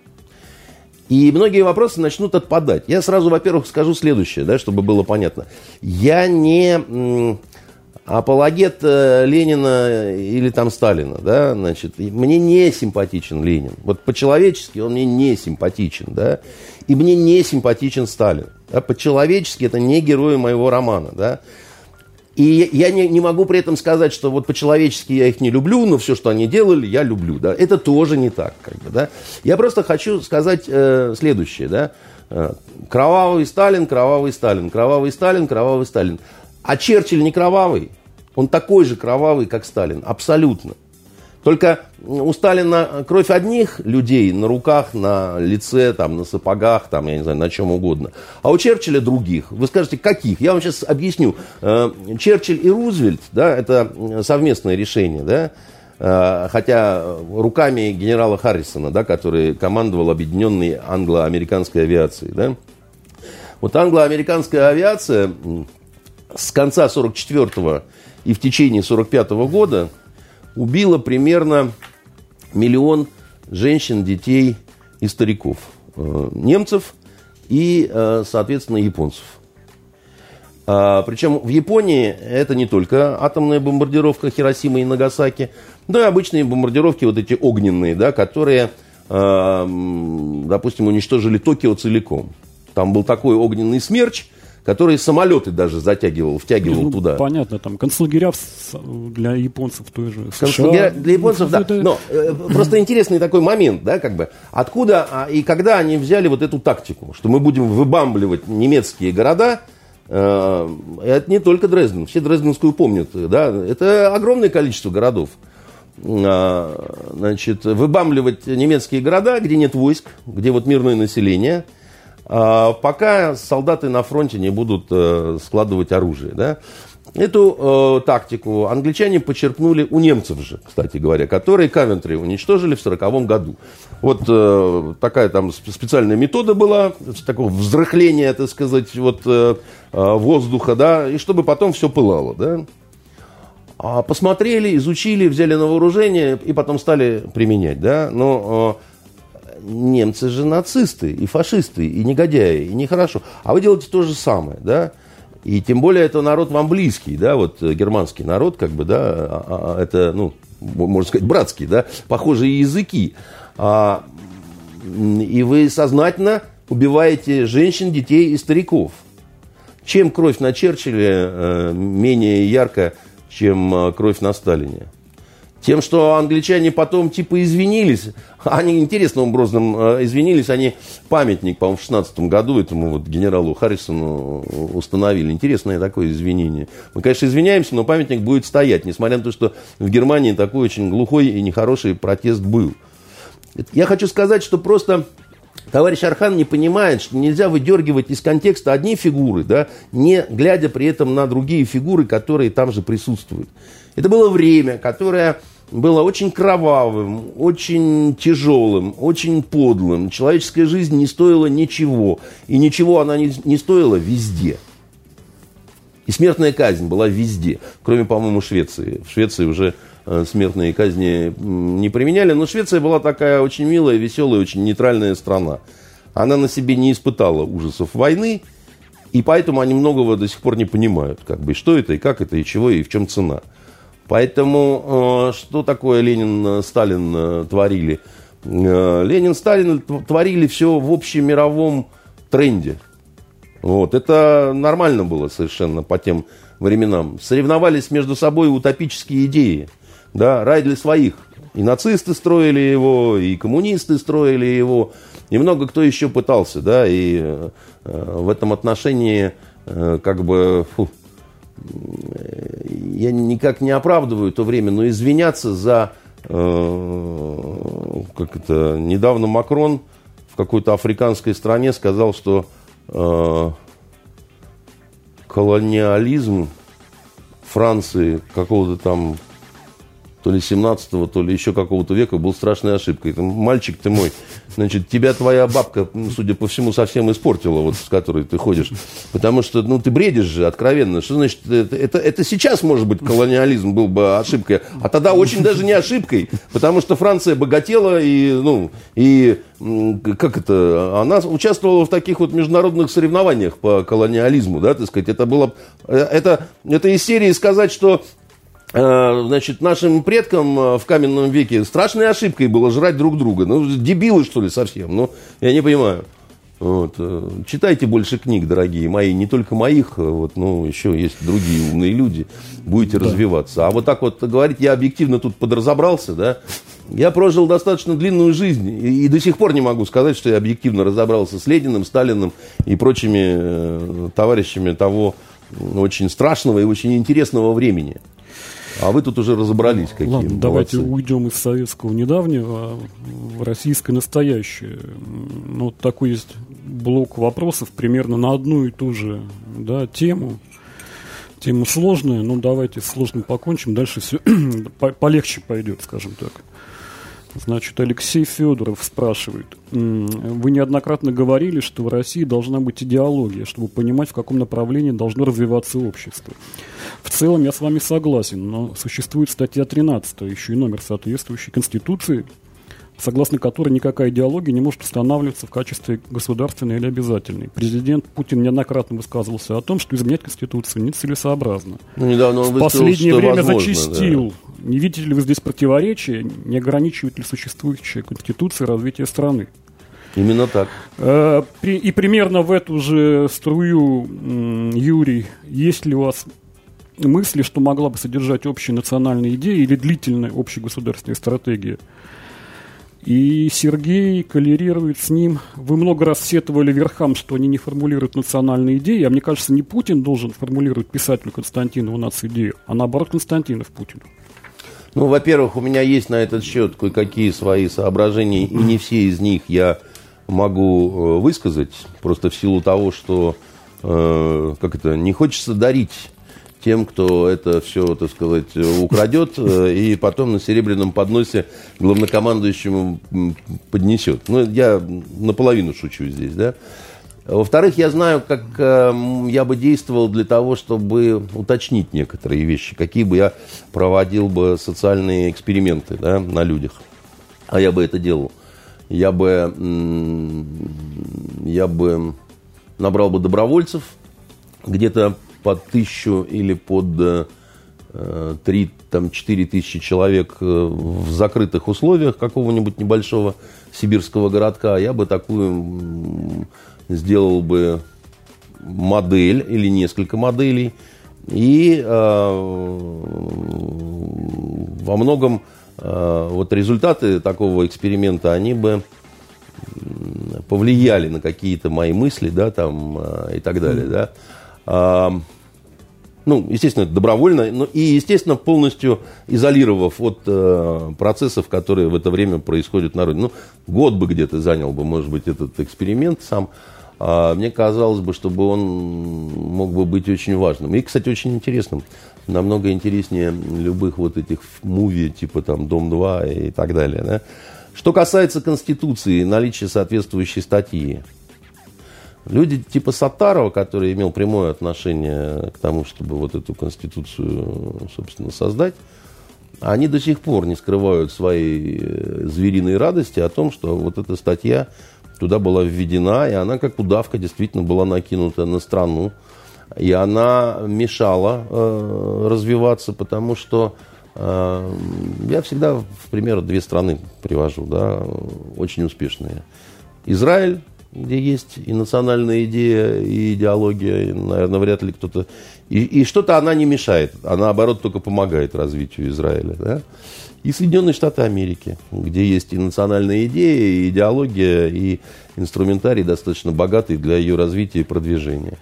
И многие вопросы начнут отпадать. Я сразу, во-первых, скажу следующее, да, чтобы было понятно. Я не апологет Ленина или там Сталина. Да, значит, мне не симпатичен Ленин. Вот по-человечески он мне не симпатичен. Да, и мне не симпатичен Сталин. Да, по-человечески это не герои моего романа. Да. И я не могу при этом сказать, что вот по-человечески я их не люблю, но все, что они делали, я люблю. Да. Это тоже не так. Как бы, да. Я просто хочу сказать следующее. Да. Кровавый Сталин, кровавый Сталин, кровавый Сталин, кровавый Сталин. А Черчилль не кровавый. Он такой же кровавый, как Сталин. Абсолютно. Только у Сталина кровь одних людей на руках, на лице, там, на сапогах, там, я не знаю, на чем угодно. А у Черчилля других. Вы скажете, каких? Я вам сейчас объясню. Черчилль и Рузвельт, да, это совместное решение, да, хотя руками генерала Харрисона, да, который командовал объединенной англо-американской авиацией. Да. Вот англо-американская авиация с конца 1944 и в течение 1945 года убила примерно 1 миллион женщин, детей и стариков. Немцев и, соответственно, японцев. Причем в Японии это не только атомная бомбардировка Хиросимы и Нагасаки, но и обычные бомбардировки, вот эти огненные, да, которые, допустим, уничтожили Токио целиком. Там был такой огненный смерч, который самолеты даже втягивал туда.
Понятно, там концлагеря для японцев тоже.
Концлагеря для японцев, да. Но просто интересный такой момент, да, как бы. Откуда и когда они взяли вот эту тактику, что мы будем выбамбливать немецкие города. Это не только Дрезден, все Дрезденскую помнят, да, это огромное количество городов. Значит, выбамбливать немецкие города, где нет войск, где вот мирное население, пока солдаты на фронте не будут складывать оружие. Да? Эту тактику англичане почерпнули у немцев же, кстати говоря, которые Кавентри уничтожили в 1940 году. Вот такая там специальная метода была, такого взрыхления, так сказать, вот, воздуха, да, и чтобы потом все пылало. Да? Посмотрели, изучили, взяли на вооружение и потом стали применять. Да? Но немцы же нацисты и фашисты, и негодяи, и нехорошо. А вы делаете то же самое, да? И тем более это народ вам близкий, да, вот германский народ, как бы, да, это, ну, можно сказать, братский, да, похожие языки. И вы сознательно убиваете женщин, детей и стариков. Чем кровь на Черчилле менее ярко, чем кровь на Сталине? Тем, что англичане потом типа извинились, они интересным образом извинились, они памятник, по-моему, в 16 году этому вот генералу Харрисону установили. Интересное такое извинение. Мы, конечно, извиняемся, но памятник будет стоять, несмотря на то, что в Германии такой очень глухой и нехороший протест был. Я хочу сказать, что просто товарищ Архан не понимает, что нельзя выдергивать из контекста одни фигуры, да, не глядя при этом на другие фигуры, которые там же присутствуют. Это было время, которое было очень кровавым, очень тяжелым, очень подлым. Человеческая жизнь не стоила ничего. И ничего она не стоила везде. И смертная казнь была везде. Кроме, по-моему, Швеции. В Швеции уже смертные казни не применяли. Но Швеция была такая очень милая, веселая, очень нейтральная страна. Она на себе не испытала ужасов войны. И поэтому они многого до сих пор не понимают. Как бы, что это, и как это, и чего, и в чем цена. Поэтому что такое Ленин, Сталин творили? Ленин, Сталин творили все в общемировом тренде. Вот. Это нормально было совершенно по тем временам. Соревновались между собой утопические идеи. Да? Рай для своих. И нацисты строили его, и коммунисты строили его, и много кто еще пытался. Да? И в этом отношении как бы... я никак не оправдываю то время, но извиняться за, недавно Макрон в какой-то африканской стране сказал, что колониализм Франции какого-то там то ли 17-го, то ли еще какого-то века был страшной ошибкой. Мальчик ты мой, значит, тебя твоя бабка, судя по всему, совсем испортила, вот с которой ты ходишь. Потому что, ты бредишь же откровенно. Что значит, это сейчас, может быть, колониализм был бы ошибкой, а тогда очень даже не ошибкой, потому что Франция богатела она участвовала в таких вот международных соревнованиях по колониализму, да, так сказать. Это из серии сказать, что значит, нашим предкам в каменном веке страшной ошибкой было жрать друг друга. Дебилы, что ли, совсем? Я не понимаю. Вот. Читайте больше книг, дорогие мои. Не только моих, еще есть другие умные люди. Будете развиваться. А вот так вот говорить, я объективно тут подразобрался, да? Я прожил достаточно длинную жизнь. И до сих пор не могу сказать, что я объективно разобрался с Лениным, Сталиным и прочими товарищами того очень страшного и очень интересного времени. А вы тут уже разобрались, какие.
Ладно, давайте уйдем из советского недавнего в российское настоящее. Такой есть блок вопросов примерно на одну и ту же тему. Тема сложная, но давайте с сложным покончим. Дальше все полегче пойдет, скажем так. Значит, Алексей Федоров спрашивает. Вы неоднократно говорили, что в России должна быть идеология, чтобы понимать, в каком направлении должно развиваться общество. В целом я с вами согласен, но существует статья 13, еще и номер соответствующей Конституции, согласно которой никакая идеология не может устанавливаться в качестве государственной или обязательной. Президент Путин неоднократно высказывался о том, что изменять Конституцию нецелесообразно.
Недавно он
в последнее время
возможно,
зачастил.
Да.
Не видите ли вы здесь противоречия? Не ограничивает ли существующая Конституция развитие страны?
Именно так.
И примерно в эту же струю, Юрий, есть ли у вас мысли, что могла бы содержать общие национальные идеи или длительная общегосударственная стратегия? И Сергей коллерирует с ним. Вы много раз сетовали верхам, что они не формулируют национальные идеи, а мне кажется, не Путин должен формулировать писателю Константинову нацидею, а наоборот Константинов Путину.
Во-первых, у меня есть на этот счет кое-какие свои соображения, и не все из них я могу высказать, просто в силу того, что не хочется дарить тем, кто это все, так сказать, украдет и потом на серебряном подносе главнокомандующему поднесет. Я наполовину шучу здесь, да. Во-вторых, я знаю, как я бы действовал для того, чтобы уточнить некоторые вещи, какие бы я проводил бы социальные эксперименты, да, на людях. А я бы это делал. Я бы набрал бы добровольцев где-то под 1000 или под 3-4 тысячи человек в закрытых условиях какого-нибудь небольшого сибирского городка. Я бы такую сделал бы модель или несколько моделей. И во многом результаты такого эксперимента, они бы повлияли на какие-то мои мысли, да, там, и так далее, да. Естественно, добровольно, и, естественно, полностью изолировав от процессов, которые в это время происходят на родине. Год бы где-то занял бы, может быть, этот эксперимент сам. Мне казалось бы, чтобы он мог бы быть очень важным. И, кстати, очень интересным. Намного интереснее любых вот этих муви, типа там «Дом-2» и так далее. Да? Что касается Конституции, наличия соответствующей статьи. Люди типа Саттарова, который имел прямое отношение к тому, чтобы вот эту Конституцию, собственно, создать, они до сих пор не скрывают своей звериной радости о том, что вот эта статья туда была введена, и она как удавка действительно была накинута на страну. И она мешала развиваться, потому что я всегда в пример две страны привожу, да, очень успешные. Израиль, где есть и национальная идея, и идеология, и, наверное, вряд ли кто-то... И что-то она не мешает, а наоборот только помогает развитию Израиля. Да? И Соединенные Штаты Америки, где есть и национальная идея, и идеология, и инструментарий достаточно богатый для ее развития и продвижения.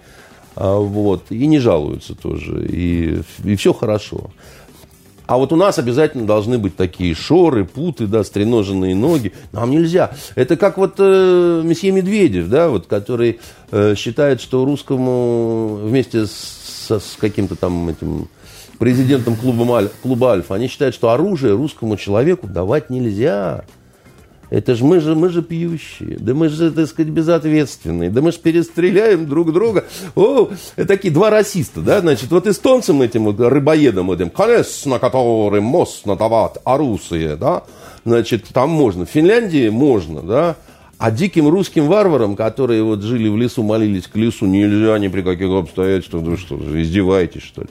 Вот, и не жалуются тоже, и все хорошо. А вот у нас обязательно должны быть такие шоры, путы, да, стреноженные ноги. Нам нельзя. Это как вот месье Медведев, да, вот, который считает, что русскому вместе с каким-то там этим президентом клуба Альфа, они считают, что оружие русскому человеку давать нельзя. Это ж мы же пьющие, да мы же, так сказать, безответственные, да мы же перестреляем друг друга. О, это такие два расиста, да, значит, вот эстонцам этим вот рыбоедам этим, конечно, который мост надавать оружие, да, значит, там можно, в Финляндии можно, да, а диким русским варварам, которые вот жили в лесу, молились к лесу, нельзя ни при каких обстоятельствах, вы что, издеваетесь, что ли?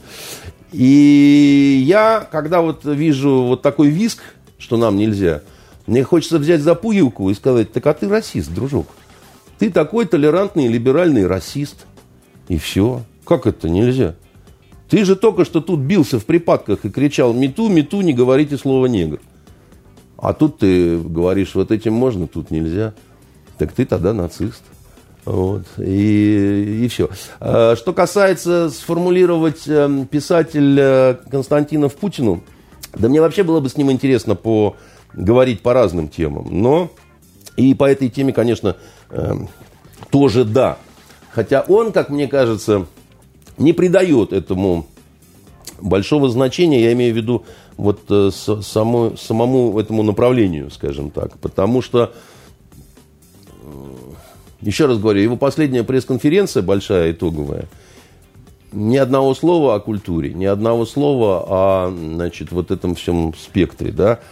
И я, когда вот вижу вот такой визг, что нам нельзя, мне хочется взять за пуговку и сказать: так а ты расист, дружок. Ты такой толерантный, либеральный расист. И все. Как это нельзя? Ты же только что тут бился в припадках и кричал: мету, мету, не говорите слово негр. А тут ты говоришь: вот этим можно, тут нельзя. Так ты тогда нацист. Вот. И все. Что касается сформулировать писатель Константинов Путину, да мне вообще было бы с ним интересно говорить по разным темам. Но и по этой теме, конечно, тоже да. Хотя он, как мне кажется, не придает этому большого значения, я имею в виду вот самому этому направлению, скажем так. Потому что, еще раз говорю, его последняя пресс-конференция, большая, итоговая, ни одного слова о культуре, ни одного слова о, значит, вот этом всем спектре, да.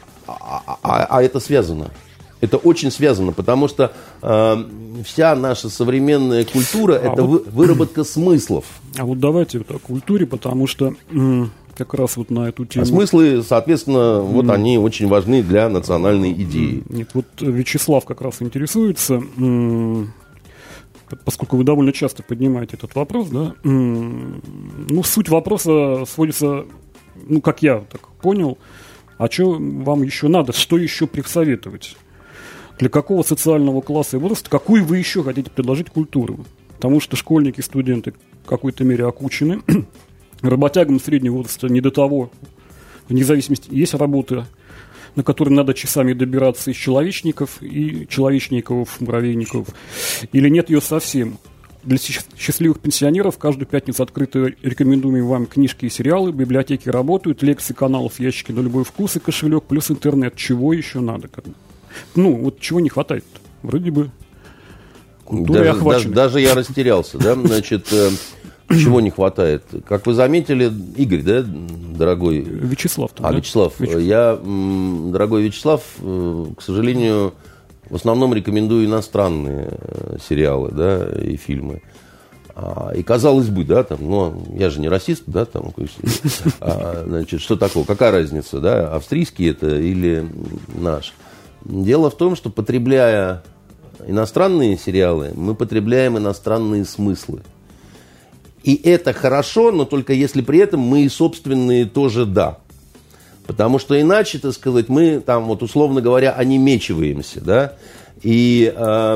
А это связано. Это очень связано, потому что вся наша современная культура – это выработка смыслов.
А вот давайте вот о культуре, потому что как раз вот на эту тему…
А смыслы, соответственно, вот они очень важны для национальной идеи.
Нет, вот Вячеслав как раз интересуется, поскольку вы довольно часто поднимаете этот вопрос, да, ну, суть вопроса сводится, ну, как я так понял, а что вам еще надо, что еще присоветовать? Для какого социального класса и возраста, какую вы еще хотите предложить культуру? Потому что школьники, студенты в какой-то мере окучены, работягам среднего возраста не до того, вне зависимости, есть работы, на которые надо часами добираться из человечников, муравейников, или нет ее совсем. Для счастливых пенсионеров каждую пятницу открыто рекомендуемые вам книжки и сериалы, библиотеки работают, лекции каналов, ящики на любой вкус и кошелек, плюс интернет. Чего еще надо? Ну, вот чего не хватает-то? Вроде бы культурой охвачены.
Даже я растерялся, да, значит, чего не хватает? Как вы заметили, Игорь, да, дорогой?
Вячеслав.
Вячеслав. Дорогой Вячеслав, к сожалению, в основном рекомендую иностранные сериалы, да, и фильмы. И казалось бы, да, там, но я же не расист, да, там, значит, что такое, какая разница, да, австрийский это или наш? Дело в том, что, потребляя иностранные сериалы, мы потребляем иностранные смыслы. И это хорошо, но только если при этом мы и собственные тоже да. Потому что иначе, так сказать, мы там, вот, условно говоря, онемечиваемся, да, и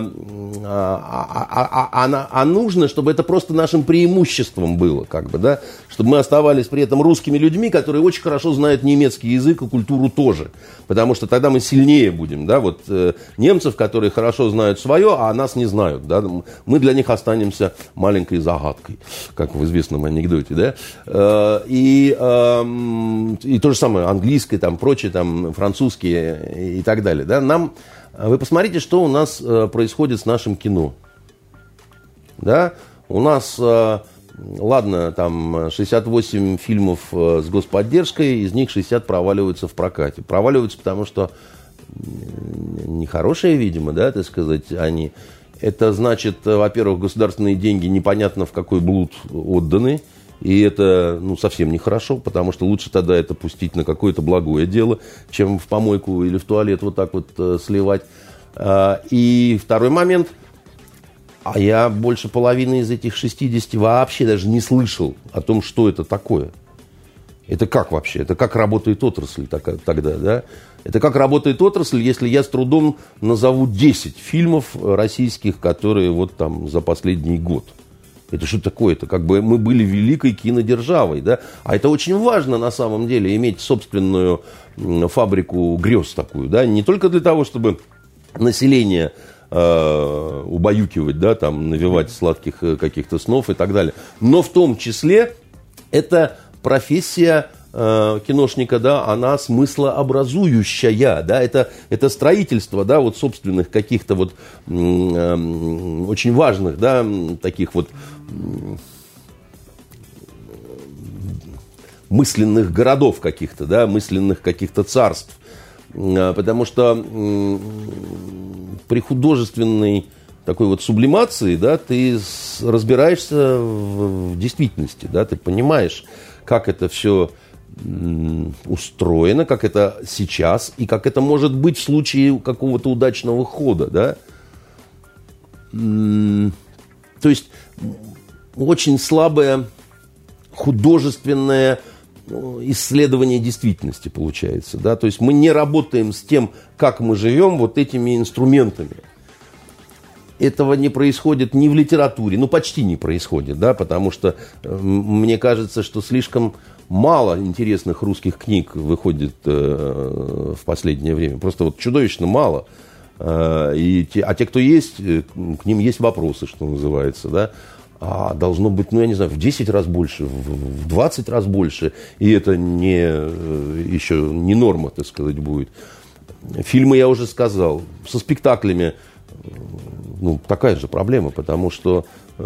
нужно, чтобы это просто нашим преимуществом было, как бы, да, чтобы мы оставались при этом русскими людьми, которые очень хорошо знают немецкий язык и культуру тоже, потому что тогда мы сильнее будем, да, вот немцев, которые хорошо знают свое, а нас не знают, да, мы для них останемся маленькой загадкой, как в известном анекдоте, да, и то же самое английское, там, прочее, там, французские и так далее, да, вы посмотрите, что у нас происходит с нашим кино. Да? У нас, ладно, там 68 фильмов с господдержкой, из них 60 проваливаются в прокате. Проваливаются, потому что нехорошие, видимо, да, так сказать, они. Это значит, во-первых, государственные деньги непонятно в какой блуд отданы. И это, ну, совсем нехорошо, потому что лучше тогда это пустить на какое-то благое дело, чем в помойку или в туалет вот так вот сливать. И второй момент. А я больше половины из этих 60 вообще даже не слышал о том, что это такое. Это как вообще? Это как работает отрасль тогда, да? Это как работает отрасль, если я с трудом назову 10 фильмов российских, которые вот там за последний год. Это что такое? Это как бы мы были великой кинодержавой, да? А это очень важно на самом деле, иметь собственную фабрику грез такую, да? Не только для того, чтобы население убаюкивать, да, там, навевать сладких каких-то снов и так далее, но в том числе это профессия киношника, да, она смыслообразующая, да, это строительство, да, вот собственных каких-то вот очень важных, да, таких вот мысленных городов каких-то, да, мысленных каких-то царств, потому что при художественной такой вот сублимации, да, ты разбираешься в действительности, да, ты понимаешь, как это все устроено, как это сейчас и как это может быть в случае какого-то удачного хода, да. То есть очень слабое художественное исследование действительности получается, да, то есть мы не работаем с тем, как мы живем, вот этими инструментами. Этого не происходит ни в литературе, ну почти не происходит, да, потому что мне кажется, что слишком мало интересных русских книг выходит в последнее время, просто вот чудовищно мало. А те, кто есть, к ним есть вопросы, что называется, да. А должно быть, ну, я не знаю, в 10 раз больше, в 20 раз больше. И это еще не норма, так сказать, будет. Фильмы я уже сказал. Со спектаклями ну, такая же проблема, потому что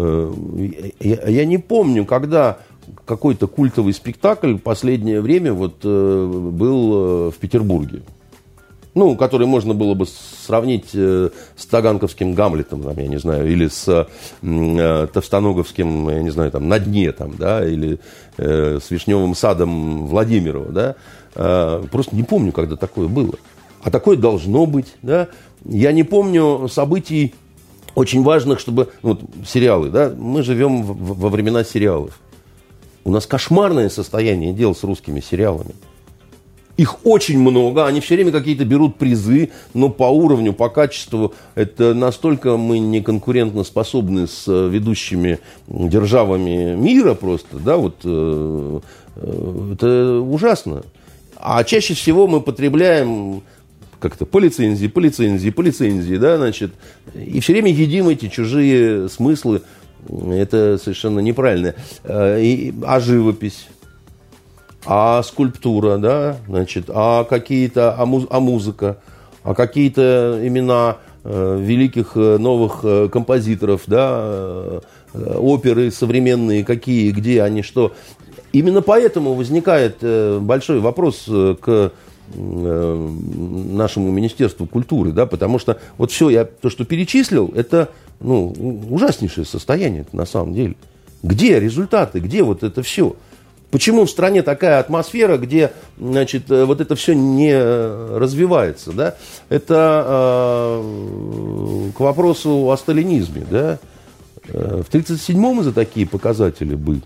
я не помню, когда какой-то культовый спектакль в последнее время вот, был в Петербурге. Ну, который можно было бы сравнить с таганковским Гамлетом, там, я не знаю, или с товстоноговским, я не знаю, там, «На дне», там, да, или с «Вишневым садом» Владимирова, да. Просто не помню, когда такое было. А такое должно быть, да. Я не помню событий очень важных, чтобы... Вот сериалы, да, мы живем во времена сериалов. У нас кошмарное состояние дел с русскими сериалами. Их очень много, они все время какие-то берут призы, но по уровню, по качеству это настолько мы не конкурентно способны с ведущими державами мира просто, да, вот это ужасно. А чаще всего мы потребляем как-то по лицензии, да, значит, и все время едим эти чужие смыслы, это совершенно неправильно. А живопись? А скульптура, да, значит, а музыка, а какие-то имена великих новых композиторов, да, оперы современные, какие, где они, что. Именно поэтому возникает большой вопрос к нашему Министерству культуры, да, потому что вот все, то, что перечислил, это, ну, ужаснейшее состояние на самом деле. Где результаты, где вот это все? Почему в стране такая атмосфера, где, значит, вот это все не развивается, да? Это к вопросу о сталинизме, да? В 1937-м и за такие показатели были.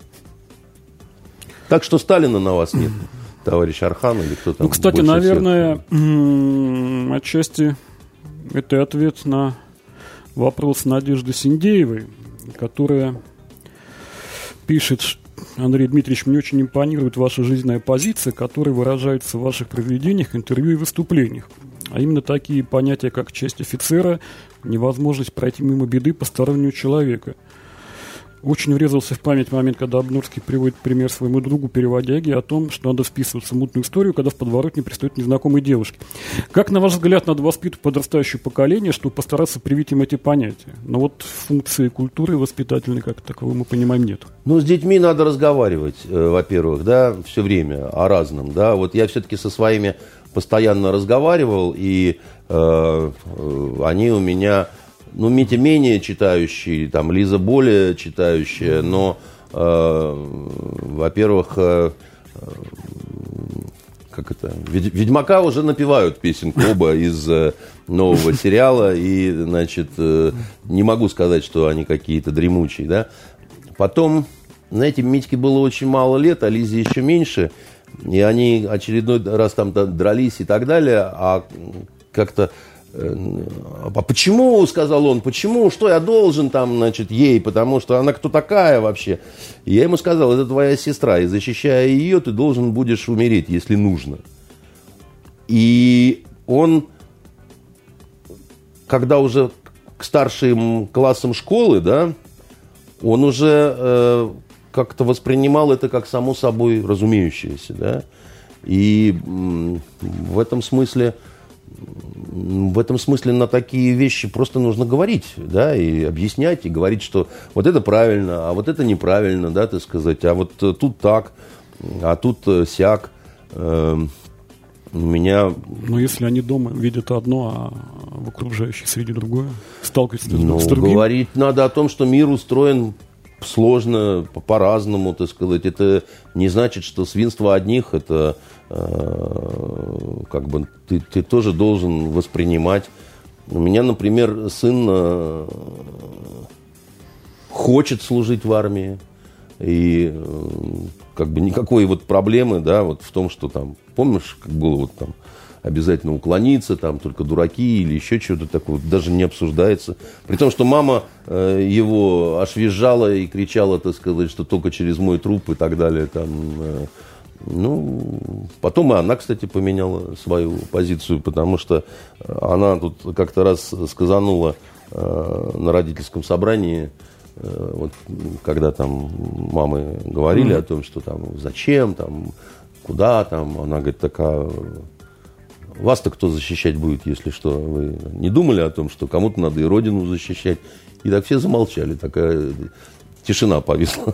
Так что Сталина на вас нет, товарищ Архан, или кто там.
Ну, кстати, наверное, отчасти это ответ на вопрос Надежды Синдеевой, которая пишет: Андрей Дмитриевич, мне очень импонирует ваша жизненная позиция, которая выражается в ваших произведениях, интервью и выступлениях. А именно такие понятия, как честь офицера, невозможность пройти мимо беды постороннего человека. Очень врезался в память момент, когда Обнорский приводит пример своему другу переводяги о том, что надо вписываться в мутную историю, когда в подворотне пристают незнакомые девушки. Как, на ваш взгляд, надо воспитывать подрастающее поколение, чтобы постараться привить им эти понятия? Но вот функции культуры воспитательной, как таковой, мы понимаем, нет.
Ну, с детьми надо разговаривать, во-первых, да, все время о разном, да. Вот я все-таки со своими постоянно разговаривал, и они у меня... Ну, Митя менее читающий, там, Лиза более читающая, но, во-первых, как это, Ведьмака уже напевают песенку оба из нового сериала, и, значит, не могу сказать, что они какие-то дремучие, да. Потом, знаете, Митьке было очень мало лет, а Лизе еще меньше, и они очередной раз там дрались и так далее, а как-то А почему, сказал он, почему, что я должен там, значит, ей, потому что она кто такая вообще? И я ему сказал, это твоя сестра, и защищая ее, ты должен будешь умереть, если нужно. И он, когда уже к старшим классам школы, да, он уже как-то воспринимал это как само собой разумеющееся, да, и в этом смысле на такие вещи просто нужно говорить, да, и объяснять, и говорить, что вот это правильно, а вот это неправильно, да, так сказать, а вот тут так, а тут сяк. У меня...
Но если они дома видят одно, а в окружающей среде другое, сталкиваются с другим.
Говорить надо о том, что мир устроен сложно, по-разному, так сказать. Это не значит, что свинство одних, это как бы ты тоже должен воспринимать. У меня, например, сын хочет служить в армии. И как бы никакой вот проблемы, да, вот в том, что там, помнишь, как было вот там обязательно уклониться, там только дураки или еще что-то такое, даже не обсуждается. При том, что мама его аж визжала и кричала, так сказать, что только через мой труп и так далее. Там, ну, потом и она, кстати, поменяла свою позицию, потому что она тут как-то раз сказанула на родительском собрании, вот, когда там мамы говорили о том, что там зачем, там, куда там, она говорит, такая, вас-то кто защищать будет, если что? Вы не думали о том, что кому-то надо и родину защищать? И так все замолчали, такая тишина повисла.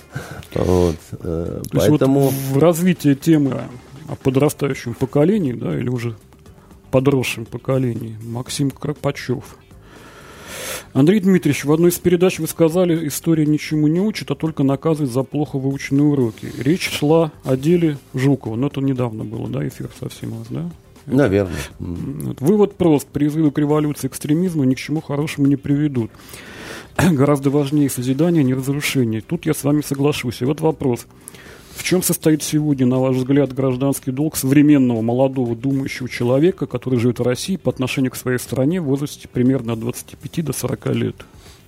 Поэтому в развитии темы о подрастающем поколении, да, или уже подросшем поколении, Максим Карпачев. Андрей Дмитриевич, в одной из передач вы сказали, история ничему не учит, а только наказывает за плохо выученные уроки. Речь шла о деле Жукова, но это недавно было, да, эфир совсем у вас, да?
Наверное.
Вывод прост. Призывы к революции и экстремизму ни к чему хорошему не приведут. Гораздо важнее созидание, а не разрушение. Тут я с вами соглашусь. И вот вопрос. В чем состоит сегодня, на ваш взгляд, гражданский долг современного, молодого, думающего человека, который живет в России по отношению к своей стране в возрасте примерно от 25 до 40 лет?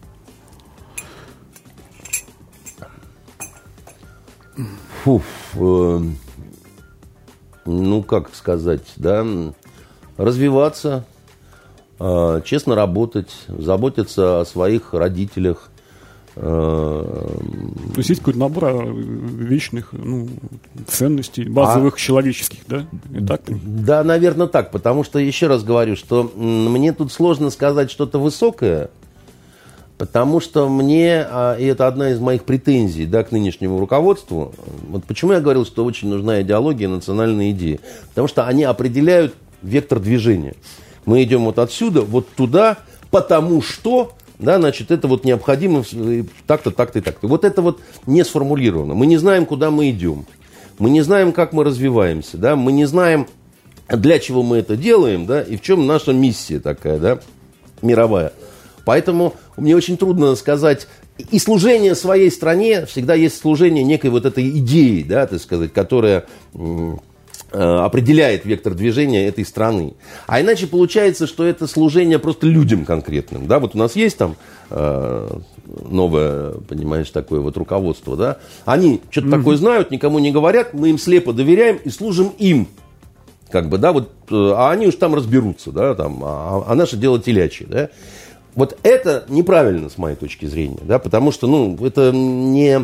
Ну, как сказать, да, развиваться, честно работать, заботиться о своих родителях.
То есть есть какой-то набор вечных, ну, ценностей, базовых человеческих, да? И так?
Да, наверное, так, потому что, еще раз говорю, что мне тут сложно сказать что-то высокое, потому что мне, и это одна из моих претензий, да, к нынешнему руководству, вот почему я говорил, что очень нужна идеология, национальные идеи, потому что они определяют вектор движения. Мы идем вот отсюда, вот туда, потому что... Да, значит, это вот необходимо так-то, так-то и так-то. Вот это вот не сформулировано. Мы не знаем, куда мы идем. Мы не знаем, как мы развиваемся. Да? Мы не знаем, для чего мы это делаем, да, и в чем наша миссия такая, да, мировая. Поэтому мне очень трудно сказать. И служение своей стране всегда есть служение некой вот этой идеи, да, так сказать, которая... определяет вектор движения этой страны. А иначе получается, что это служение просто людям конкретным. Да? Вот у нас есть там новое, понимаешь, такое вот руководство. Да? Они что-то такое знают, никому не говорят, мы им слепо доверяем и служим им. Как бы, да, вот, а они уж там разберутся, да, там, а наше дело телячье. Да? Вот это неправильно с моей точки зрения, да, потому что, ну, это не...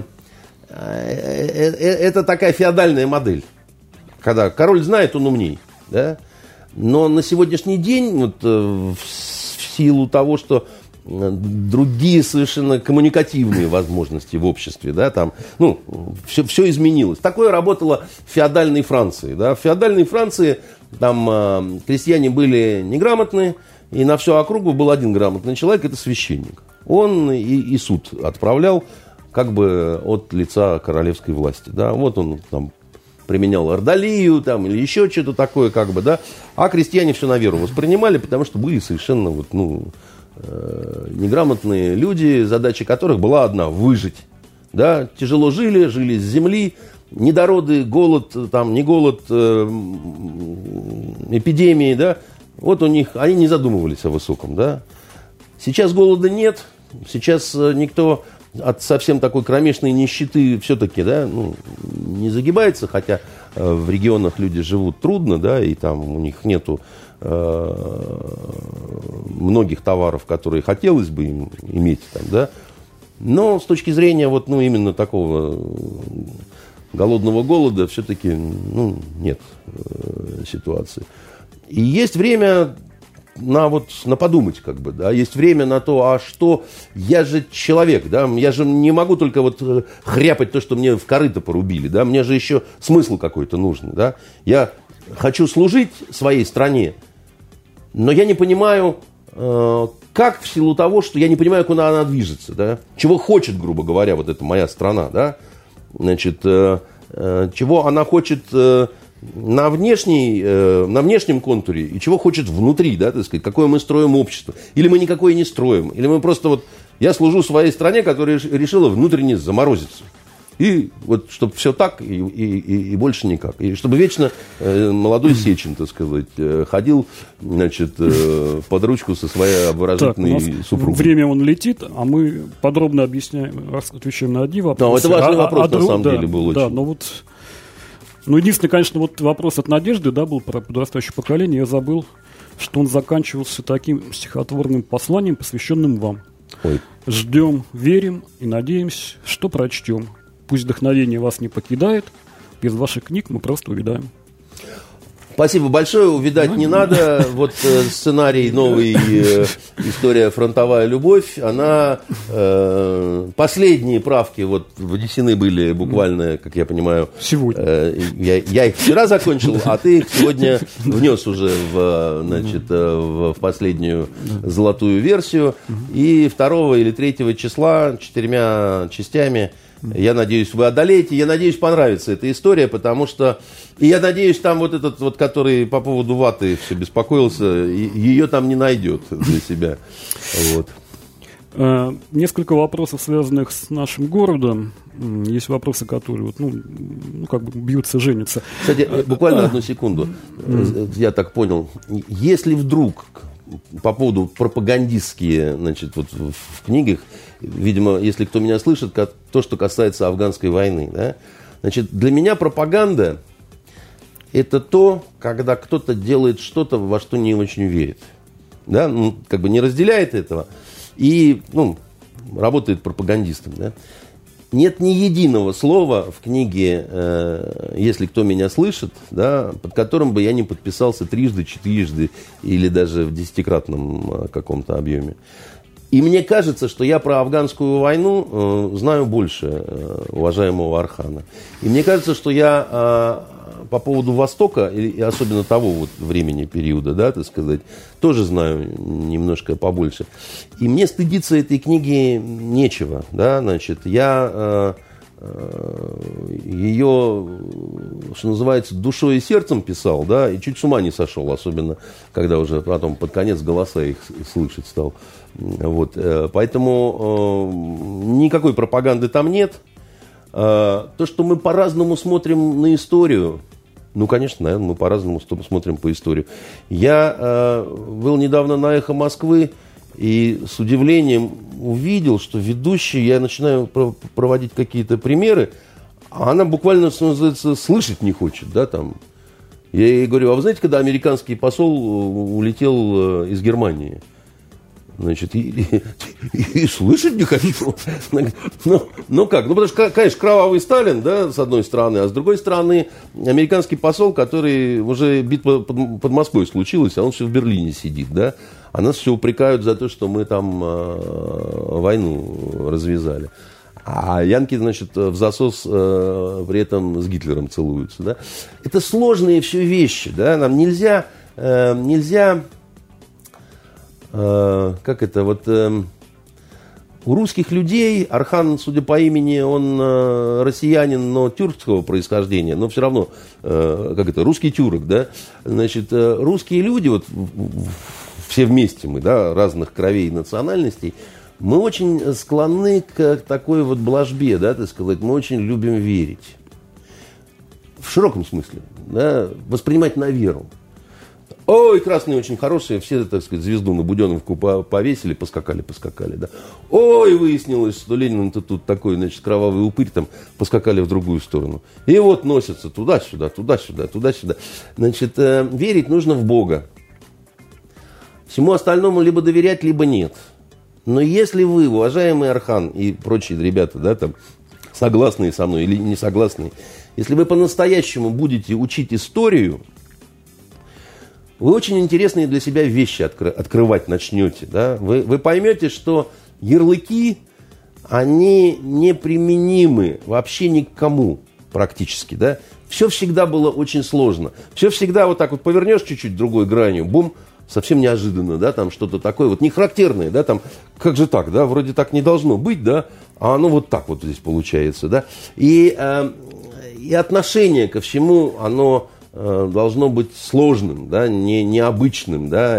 Это такая феодальная модель. Когда король знает, он умней. Да? Но на сегодняшний день, вот, в силу того, что другие совершенно коммуникативные возможности в обществе, да, там, ну, все изменилось. Такое работало в феодальной Франции. Да? В феодальной Франции там крестьяне были неграмотные, и на всю округу был один грамотный человек, это священник. Он и суд отправлял как бы от лица королевской власти. Да? Вот он там применял ордолию там, или еще что-то такое, как бы, да, а крестьяне все на веру воспринимали, потому что были совершенно вот, ну, неграмотные люди, задача которых была одна – выжить. Да? Тяжело жили с земли, недороды, голод, там, не голод, эпидемии, да, Вот у них, они не задумывались о высоком, да. Сейчас голода нет, сейчас никто от совсем такой кромешной нищеты все-таки, да, ну, не загибается, хотя в регионах люди живут трудно, да, и там у них нету многих товаров, которые хотелось бы им иметь там, да. Но с точки зрения вот, ну, именно такого голодного голода все-таки, ну, нет ситуации. И есть время на подумать, как бы, да, есть время на то, а что, я же человек, да, я же не могу только вот хряпать то, что мне в корыто порубили, да, мне же еще смысл какой-то нужен, да, я хочу служить своей стране, но я не понимаю, как, в силу того, что я не понимаю, куда она движется, да, чего хочет, грубо говоря, вот эта моя страна, да, значит, чего она хочет на внешнем контуре и чего хочет внутри, да, так сказать, какое мы строим общество. Или мы никакое не строим, или мы просто вот, я служу своей стране, которая решила внутренне заморозиться. И вот, чтобы все так, и больше никак. И чтобы вечно молодой Сечин, так сказать, ходил, значит, под ручку со своей обворожительной супругой.
Время он летит, а мы подробно объясняем, отвечаем на одни вопросы.
Да, это важный вопрос, на самом деле, был очень.
Да, но вот... Ну, единственное, конечно, вот вопрос от Надежды, да, был про подрастающее поколение. Я забыл, что он заканчивался таким стихотворным посланием, посвященным вам.
Ой.
Ждем, верим и надеемся, что прочтем. Пусть вдохновение вас не покидает. Без ваших книг мы просто увядаем.
Спасибо большое, увидать не надо. Вот сценарий новый, история «Фронтовая любовь», она, последние правки вот внесены были буквально, как я понимаю,
сегодня.
Я их вчера закончил, а ты их сегодня внес уже в последнюю золотую версию. И 2 или 3 числа 4 частями, я надеюсь, вы одолеете. Я надеюсь, понравится эта история, потому что... И я надеюсь, там вот этот, вот, который по поводу ваты все беспокоился, ее там не найдет для себя. Вот.
Несколько вопросов, связанных с нашим городом. Есть вопросы, которые вот, ну, как бы бьются, женятся.
Кстати, буквально одну секунду. Я так понял. Если вдруг по поводу пропагандистские, значит, вот в книгах, видимо, если кто меня слышит, то, что касается афганской войны, да, значит, для меня пропаганда – это то, когда кто-то делает что-то, во что не очень верит, да, ну, как бы не разделяет этого и, ну, работает пропагандистом, да. Нет ни единого слова в книге, если кто меня слышит, да, под которым бы я не подписался 3, 4 или даже в 10-кратном каком-то объеме. И мне кажется, что я про афганскую войну знаю больше уважаемого Архана. И мне кажется, что я по поводу Востока, и особенно того вот времени, периода, да, так сказать, тоже знаю немножко побольше. И мне стыдиться этой книги нечего, да, значит, я ее, что называется, душой и сердцем писал, да, и чуть с ума не сошел, особенно, когда уже потом под конец голоса их слышать стал. Вот, поэтому никакой пропаганды там нет. То, что мы по-разному смотрим на историю, ну, конечно, наверное, мы по-разному смотрим по истории. Я был недавно на «Эхо Москвы» и с удивлением увидел, что ведущий, я начинаю проводить какие-то примеры, а она буквально, что называется, слышать не хочет, да, там. Я ей говорю, а вы знаете, когда американский посол улетел из Германии? Значит, и слышать не хочу. Ну как? Ну, потому что, конечно, кровавый Сталин, да, с одной стороны, а с другой стороны, американский посол, который уже битва под Москвой случилась, а он все в Берлине сидит, да, а нас все упрекают за то, что мы там войну развязали. А янки, значит, в засос при этом с Гитлером целуются, да. Это сложные все вещи, да, нам нельзя как это, вот у русских людей, Архан, судя по имени, он россиянин, но тюркского происхождения, но все равно, как это, русский тюрок, да, значит, русские люди, вот все вместе мы, да, разных кровей и национальностей, мы очень склонны к такой вот блажбе, да, так сказать, мы очень любим верить. В широком смысле, да, воспринимать на веру. Ой, красные очень хорошие, все, так сказать, звезду на Буденовку повесили, поскакали, да. Ой, выяснилось, что Ленин-то тут такой, значит, кровавый упырь, там, поскакали в другую сторону. И вот носятся туда-сюда, туда-сюда, туда-сюда. Значит, верить нужно в Бога. Всему остальному либо доверять, либо нет. Но если вы, уважаемый Архан и прочие ребята, да, там, согласные со мной или не согласные, если вы по-настоящему будете учить историю, вы очень интересные для себя вещи открывать начнете. Да? Вы поймете, что ярлыки, они неприменимы вообще ни к кому практически. Да? Все всегда было очень сложно. Все всегда вот так вот повернешь чуть-чуть другой гранью, бум, совсем неожиданно, да, там что-то такое, вот не характерное, да, там, как же так, да, вроде так не должно быть, да, а оно вот так вот здесь получается, да. И отношение ко всему, оно должно быть сложным, да, необычным, да,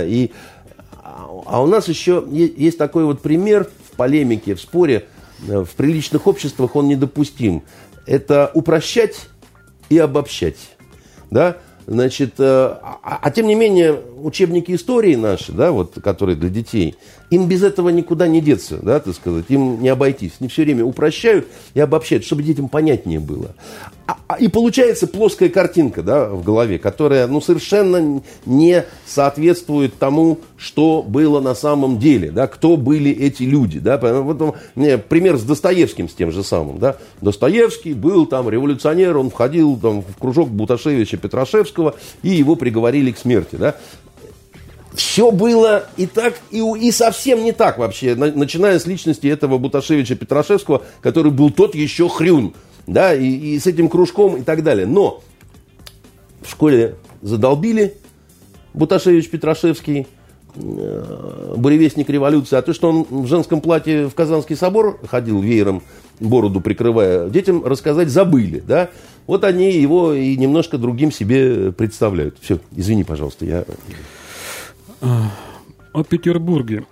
а у нас еще есть такой вот пример в полемике, в споре, в приличных обществах он недопустим. Это упрощать и обобщать, да, значит, тем не менее, учебники истории наши, да, вот, которые для детей, им без этого никуда не деться, да, так сказать, им не обойтись. Они все время упрощают и обобщают, чтобы детям понятнее было. И получается плоская картинка, да, в голове, которая, ну, совершенно не соответствует тому, что было на самом деле, да, кто были эти люди, да. Вот мне пример с Достоевским, с тем же самым, да. Достоевский был там революционер, он входил там в кружок Буташевича Петрашевского, и его приговорили к смерти, да. Все было и так, и совсем не так вообще, начиная с личности этого Буташевича Петрашевского, который был тот еще хрюн, да, и с этим кружком и так далее. Но в школе задолбили Буташевич Петрашевский, буревестник революции, а то, что он в женском платье в Казанский собор ходил веером, бороду прикрывая, детям рассказать забыли, да. Вот они его и немножко другим себе представляют. Все, извини, пожалуйста, я...
О Петербурге.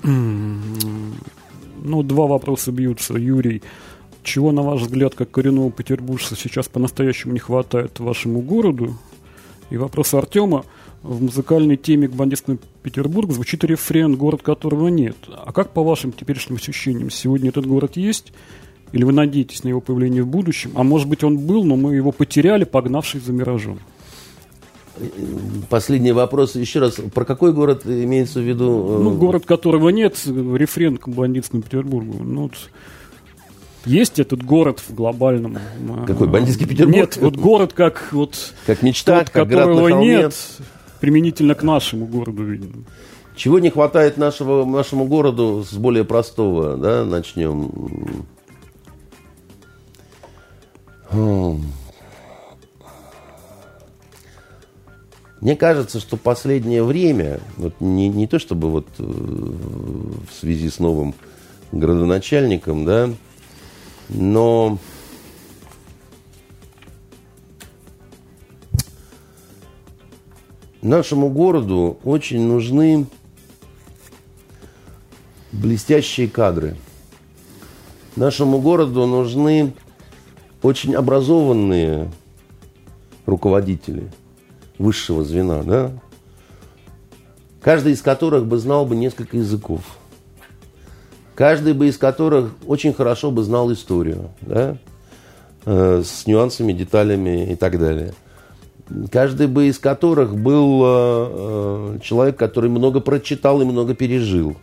Ну, два вопроса бьются. Юрий, чего, на ваш взгляд, как коренного петербуржца, сейчас по-настоящему не хватает вашему городу? И вопрос Артема. В музыкальной теме к бандитскому Петербургу звучит рефрен «Город, которого нет». А как по вашим теперешним ощущениям? Сегодня этот город есть? Или вы надеетесь на его появление в будущем? А может быть, он был, но мы его потеряли, погнавшись за миражом?
Последний вопрос. Еще раз, про какой город имеется в виду?
Ну, город, которого нет, рефрен к бандитскому Петербургу. Ну, вот, есть этот город в глобальном...
Какой, бандитский Петербург?
Нет, вот город как вот...
Как мечта,
тот,
как град на холме.
Нет, применительно к нашему городу, видно.
Чего не хватает нашему городу, с более простого, да, начнем. Мне кажется, что последнее время, вот не то чтобы вот в связи с новым градоначальником, да, но нашему городу очень нужны блестящие кадры. Нашему городу нужны очень образованные руководители высшего звена, да, каждый из которых бы знал бы несколько языков, каждый бы из которых очень хорошо бы знал историю, да, с нюансами, деталями и так далее. Каждый бы из которых был человек, который много прочитал и много пережил.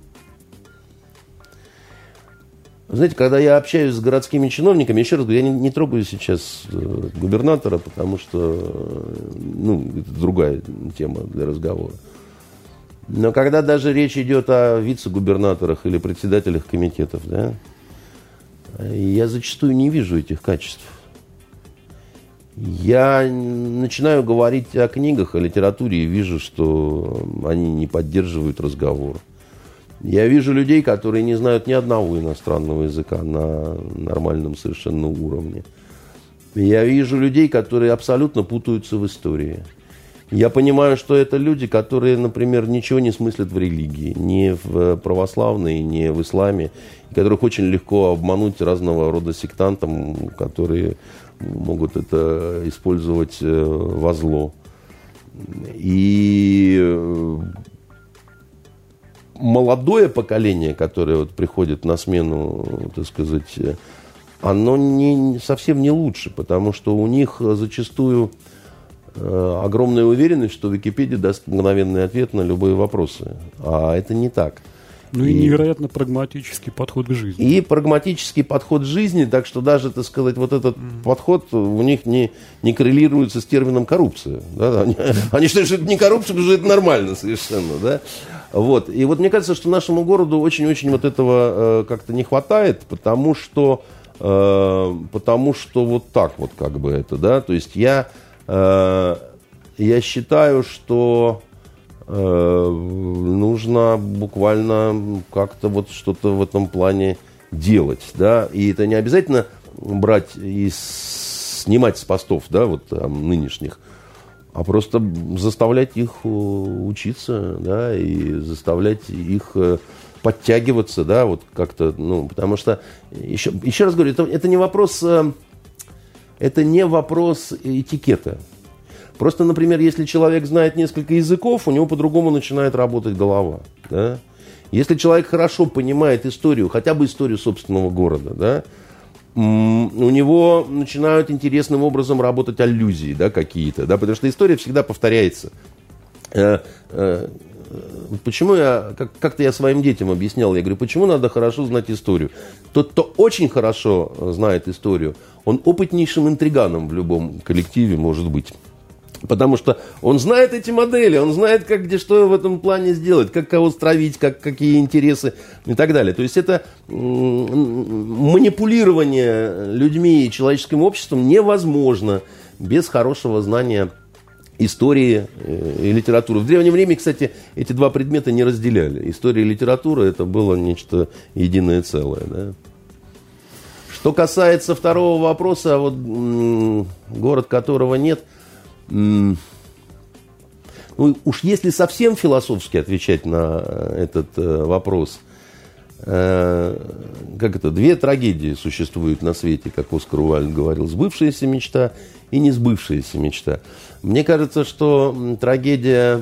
Знаете, когда я общаюсь с городскими чиновниками, еще раз говорю, я не трогаю сейчас губернатора, потому что, ну, это другая тема для разговора. Но когда даже речь идет о вице-губернаторах или председателях комитетов, да, я зачастую не вижу этих качеств. Я начинаю говорить о книгах, о литературе и вижу, что они не поддерживают разговор. Я вижу людей, которые не знают ни одного иностранного языка на нормальном совершенно уровне. Я вижу людей, которые абсолютно путаются в истории. Я понимаю, что это люди, которые, например, ничего не смыслят в религии, ни в православной, ни в исламе, которых очень легко обмануть разного рода сектантам, которые могут это использовать во зло. И молодое поколение, которое вот приходит на смену, так сказать, оно совсем не лучше, потому что у них зачастую огромная уверенность, что Википедия даст мгновенный ответ на любые вопросы. А это не так.
Ну и невероятно прагматический подход к жизни.
И прагматический подход к жизни, так что даже, так сказать, вот этот подход у них не коррелируется с термином коррупция. Да? Они считают, что это не коррупция, потому что это нормально совершенно. Да? Вот. И вот мне кажется, что нашему городу очень-очень вот этого как-то не хватает, потому что вот так вот как бы это, да, то есть я считаю, что нужно буквально как-то вот что-то в этом плане делать, да, и это не обязательно брать и снимать с постов, да, вот там, нынешних, а просто заставлять их учиться, да, и заставлять их подтягиваться, да, вот как-то, ну, потому что, еще раз говорю, это не вопрос этикета. Просто, например, если человек знает несколько языков, у него по-другому начинает работать голова, да. Если человек хорошо понимает историю, хотя бы историю собственного города, да, у него начинают интересным образом работать аллюзии, да, какие-то, да, потому что история всегда повторяется. Почему как-то я своим детям объяснял, я говорю, почему надо хорошо знать историю? Тот, кто очень хорошо знает историю, он опытнейшим интриганом в любом коллективе может быть. Потому что он знает эти модели, он знает, как, где, что в этом плане сделать, как кого стравить, какие интересы и так далее. То есть это манипулирование людьми и человеческим обществом невозможно без хорошего знания истории и литературы. В древнее время, кстати, эти два предмета не разделяли. История и литература – это было нечто единое целое. Да? Что касается второго вопроса, вот, город которого нет, ну, уж если совсем философски отвечать на этот вопрос, как это, две трагедии существуют на свете, как Оскар Уайльд говорил, сбывшаяся мечта и несбывшаяся мечта. Мне кажется, что трагедия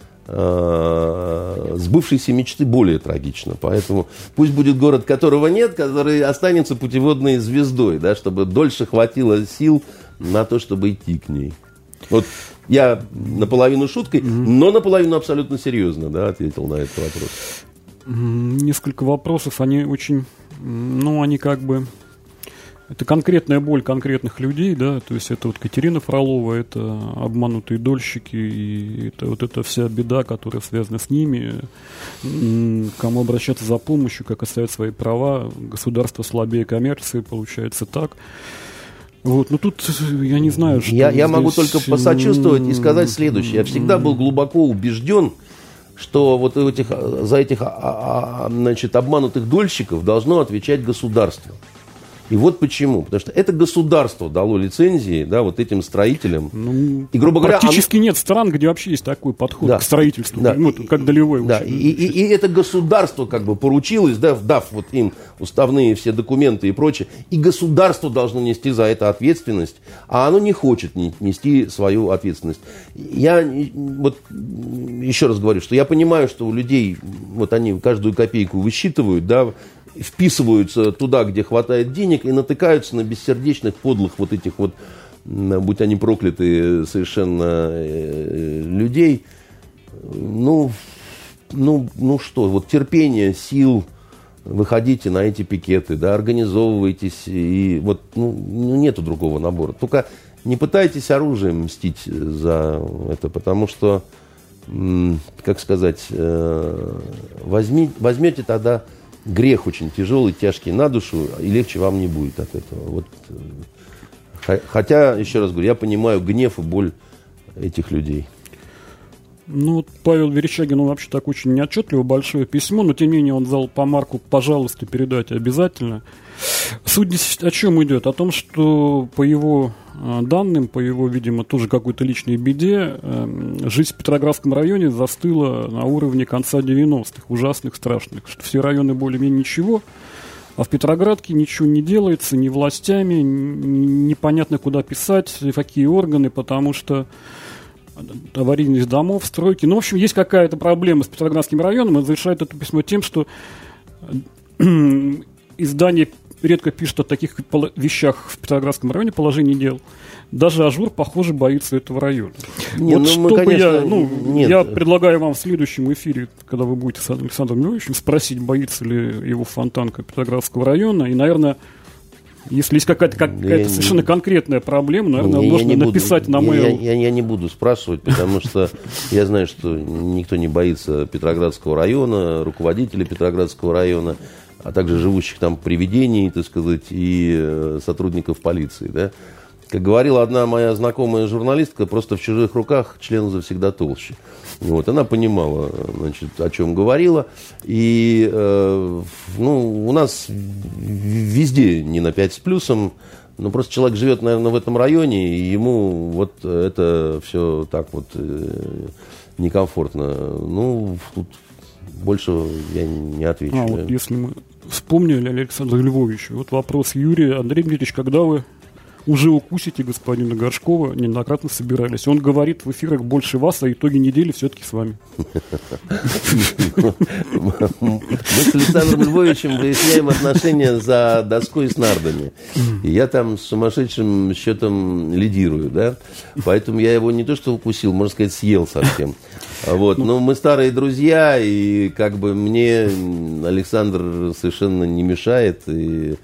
сбывшейся мечты более трагична. Поэтому пусть будет город, которого нет, который останется путеводной звездой, да, чтобы дольше хватило сил на то, чтобы идти к ней. Вот я наполовину шуткой, но наполовину абсолютно серьезно, да, ответил на этот вопрос.
Несколько вопросов, они очень, ну, они как бы, это конкретная боль конкретных людей, да, то есть это вот Катерина Фролова, это обманутые дольщики, и это вот эта вся беда, которая связана с ними, кому обращаться за помощью, как отстоять свои права, государство слабее коммерции, получается так. Вот, ну тут я не знаю, что
я могу только посочувствовать и сказать следующее. Я всегда был глубоко убежден, что вот за этих значит, обманутых дольщиков должно отвечать государство. И вот почему. Потому что это государство дало лицензии, да, вот этим строителям.
Ну,
и, грубо говоря,
практически нет стран, где вообще есть такой подход, да, к строительству, да, ну, как долевой.
Да, и это государство как бы поручилось, да, дав вот им уставные все документы и прочее. И государство должно нести за это ответственность, а оно не хочет нести свою ответственность. Я вот еще раз говорю, что я понимаю, что у людей, вот они каждую копейку высчитывают, да, вписываются туда, где хватает денег, и натыкаются на бессердечных, подлых вот этих вот, будь они проклятые, совершенно людей. Ну что, вот терпение, сил, выходите на эти пикеты, да, организовывайтесь, и вот, нету другого набора. Только не пытайтесь оружием мстить за это, потому что, как сказать, возьмете тогда грех очень тяжелый, тяжкий на душу, и легче вам не будет от этого. Вот. Хотя, еще раз говорю, я понимаю гнев и боль этих людей.
Ну, вот Павел Верещагин, он вообще так очень неотчетливо, большое письмо, но тем не менее он дал помарку, пожалуйста, передайте обязательно. Суть здесь о чем идет? О том, что по его данным, по его, видимо, тоже какой-то личной беде, жизнь в Петроградском районе застыла на уровне конца 90-х, ужасных, страшных, что все районы более-менее ничего, а в Петроградке ничего не делается, ни властями, непонятно куда писать, какие органы, потому что аварийность домов, стройки. Ну, в общем, есть какая-то проблема с Петроградским районом. Он завершает это письмо тем, что издание редко пишет о таких вещах в Петроградском районе, положении дел. Даже «Ажур», похоже, боится этого района.
Не,
вот
ну, мы, конечно,
я предлагаю вам в следующем эфире, когда вы будете с Александром Львовичем, спросить, боится ли его Фонтанка Петроградского района. И, наверное, если есть какая-то совершенно конкретная проблема, наверное, можно написать на mail.
Я не буду спрашивать, потому что я знаю, что никто не боится Петроградского района, руководителей Петроградского района, а также живущих там привидений, так сказать, и сотрудников полиции, да. Как говорила одна моя знакомая журналистка, просто в чужих руках член завсегда толще. Вот, она понимала, значит, о чем говорила. И у нас везде не на 5 с плюсом, но просто человек живет, наверное, в этом районе, и ему вот это все так вот некомфортно. Ну, тут больше я не отвечу.
Вот если мы вспомнили Александра Львовича, вот вопрос Юрия. Андрей Дмитриевич, когда вы уже укусите господина Горшкова, неоднократно собирались. Он говорит в эфирах больше вас, а итоги недели все-таки с вами.
Мы с Александром Львовичем выясняем отношения за доской с нардами. И я там с сумасшедшим счетом лидирую, да. Поэтому я его не то что укусил, можно сказать, съел совсем. Вот. Но мы старые друзья, и как бы мне Александр совершенно не мешает, и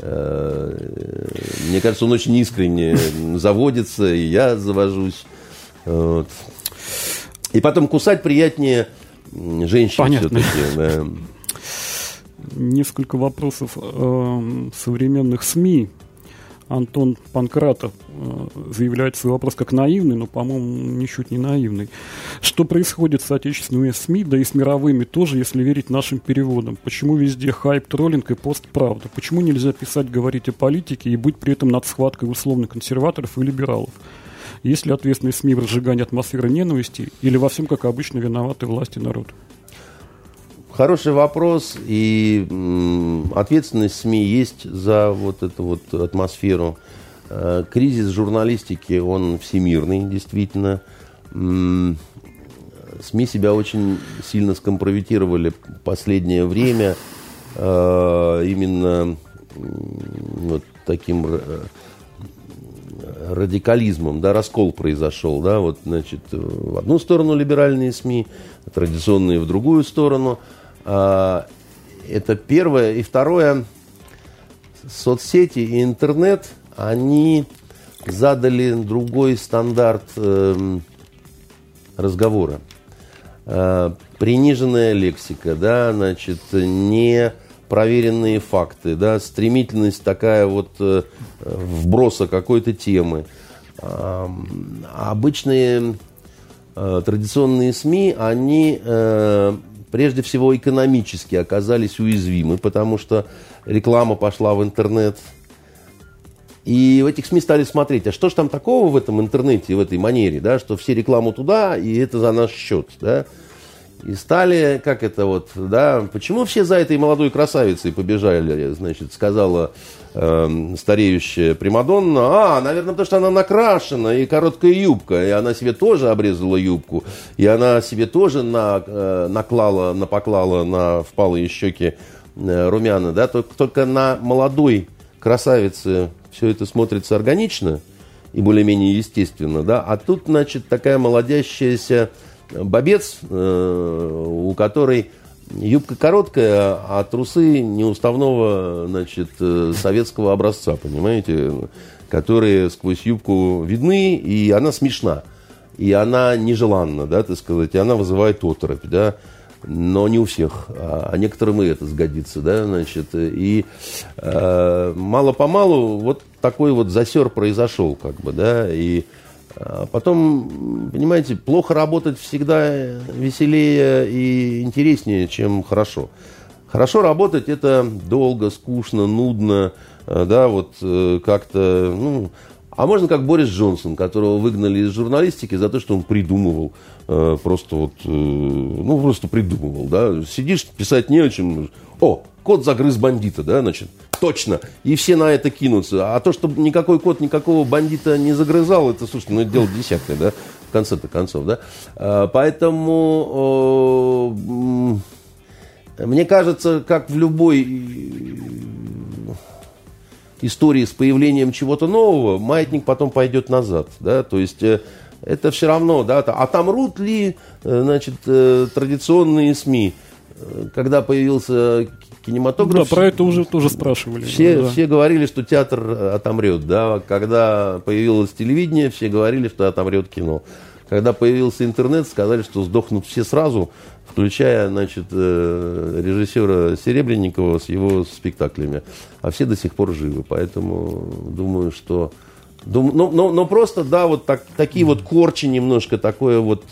мне кажется, он очень искренне заводится, и я завожусь. Вот. И потом кусать приятнее женщин все-таки. Да.
Несколько вопросов современных СМИ. Антон Панкратов заявляет свой вопрос как наивный, но, по-моему, ничуть не наивный. Что происходит с отечественными СМИ, да и с мировыми тоже, если верить нашим переводам? Почему везде хайп, троллинг и постправда? Почему нельзя писать, говорить о политике и быть при этом над схваткой условно консерваторов и либералов? Есть ли ответственные СМИ в разжигании атмосферы ненависти или во всем, как обычно, виноваты власти и народ?
Хороший вопрос, и ответственность СМИ есть за вот эту вот атмосферу. Кризис журналистики, он всемирный, действительно. СМИ себя очень сильно скомпрометировали в последнее время именно вот таким радикализмом, да, раскол произошел, да, вот, значит, в одну сторону либеральные СМИ, традиционные в другую сторону. Это первое. И второе, соцсети и интернет, они задали другой стандарт разговора. Приниженная лексика, да, значит, непроверенные факты, да, стремительность такая вот вброса какой-то темы. Обычные традиционные СМИ, они прежде всего экономически оказались уязвимы, потому что реклама пошла в интернет. И в этих СМИ стали смотреть, а что же там такого в этом интернете, в этой манере, да, что все рекламу туда, и это за наш счет, да. И стали, как это вот, да, почему все за этой молодой красавицей побежали, значит, сказала стареющая Примадонна, наверное, потому что она накрашена, и короткая юбка, и она себе тоже обрезала юбку, и она себе тоже напоклала на впалые щеки румяна, да, только на молодой красавице все это смотрится органично и более-менее естественно, да, а тут, значит, такая молодящаяся бобец, у которой юбка короткая, а трусы неуставного, значит, советского образца, понимаете, которые сквозь юбку видны, и она смешна, и она нежеланна, да, так сказать, и она вызывает оторопь, да, но не у всех, а некоторым и это сгодится, да, значит, и мало-помалу вот такой вот засер произошел, как бы, да, и потом, понимаете, плохо работать всегда веселее и интереснее, чем хорошо. Хорошо работать — это долго, скучно, нудно, да, вот как-то, ну, а можно как Борис Джонсон, которого выгнали из журналистики за то, что он придумывал, просто вот, ну, просто придумывал, да, сидишь, писать не о чем, кот загрыз бандита, да, значит, точно, и все на это кинутся. А то, что никакой кот никакого бандита не загрызал, это, слушайте, ну, это дело десятое, да. в конце-то концов, да. Поэтому мне кажется, как в любой истории с появлением чего-то нового, маятник потом пойдет назад, да, то есть это все равно, да, отомрут ли, значит, традиционные СМИ, когда появился кинематограф.
Да, про это уже тоже спрашивали.
Все говорили, что театр отомрет, да, когда появилось телевидение, все говорили, что отомрет кино. Когда появился интернет, сказали, что сдохнут все сразу, включая, значит, режиссера Серебренникова с его спектаклями. А все до сих пор живы. Поэтому думаю, что... Но просто, да, вот такие вот корчи немножко, такое вот...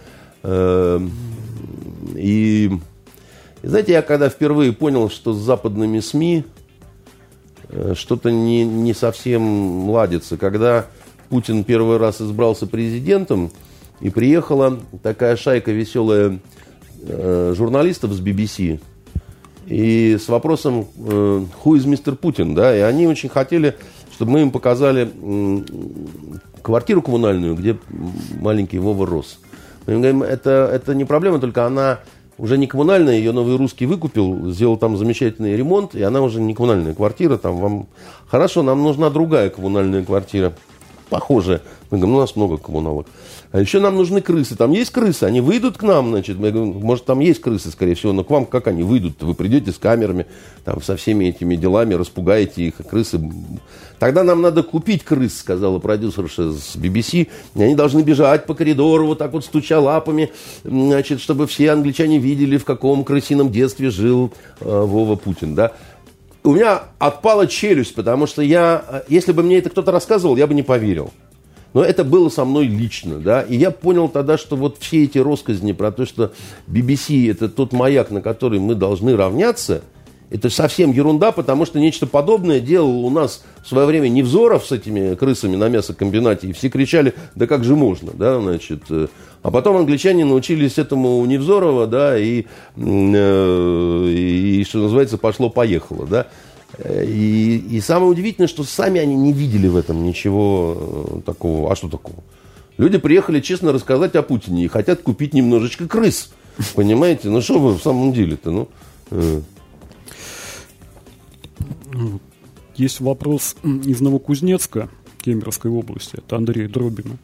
И знаете, я когда впервые понял, что с западными СМИ что-то не совсем ладится, когда Путин первый раз избрался президентом, и приехала такая шайка веселая журналистов с BBC и с вопросом «Who is Mr. Putin?», да, и они очень хотели, чтобы мы им показали квартиру коммунальную, где маленький Вова рос. Мы им говорим, это не проблема, только она уже не коммунальная, ее Новый Русский выкупил, сделал там замечательный ремонт, и она уже не коммунальная квартира, там вам хорошо, нам нужна другая коммунальная квартира, похожая. Мы говорим, у нас много коммуналок. А еще нам нужны крысы. Там есть крысы, они выйдут к нам, значит. Я говорю, может, там есть крысы, скорее всего, но к вам как они выйдут? Вы придете с камерами, там, со всеми этими делами, распугаете их, крысы. Тогда нам надо купить крыс, сказала продюсерша с BBC. И они должны бежать по коридору, вот так вот стуча лапами, значит, чтобы все англичане видели, в каком крысином детстве жил Вова Путин, да. У меня отпала челюсть, потому что если бы мне это кто-то рассказывал, я бы не поверил. Но это было со мной лично, да, и я понял тогда, что вот все эти россказни про то, что BBC это тот маяк, на который мы должны равняться, это совсем ерунда, потому что нечто подобное делал у нас в свое время Невзоров с этими крысами на мясокомбинате, и все кричали, да как же можно, да, значит, а потом англичане научились этому у Невзорова, да, и что называется, пошло-поехало, да. И самое удивительное, что сами они не видели в этом ничего такого. А что такого? Люди приехали честно рассказать о Путине и хотят купить немножечко крыс. Понимаете? Ну что вы в самом деле-то?
Есть вопрос из Новокузнецка, Кемеровской области. Это Андрей Дробина.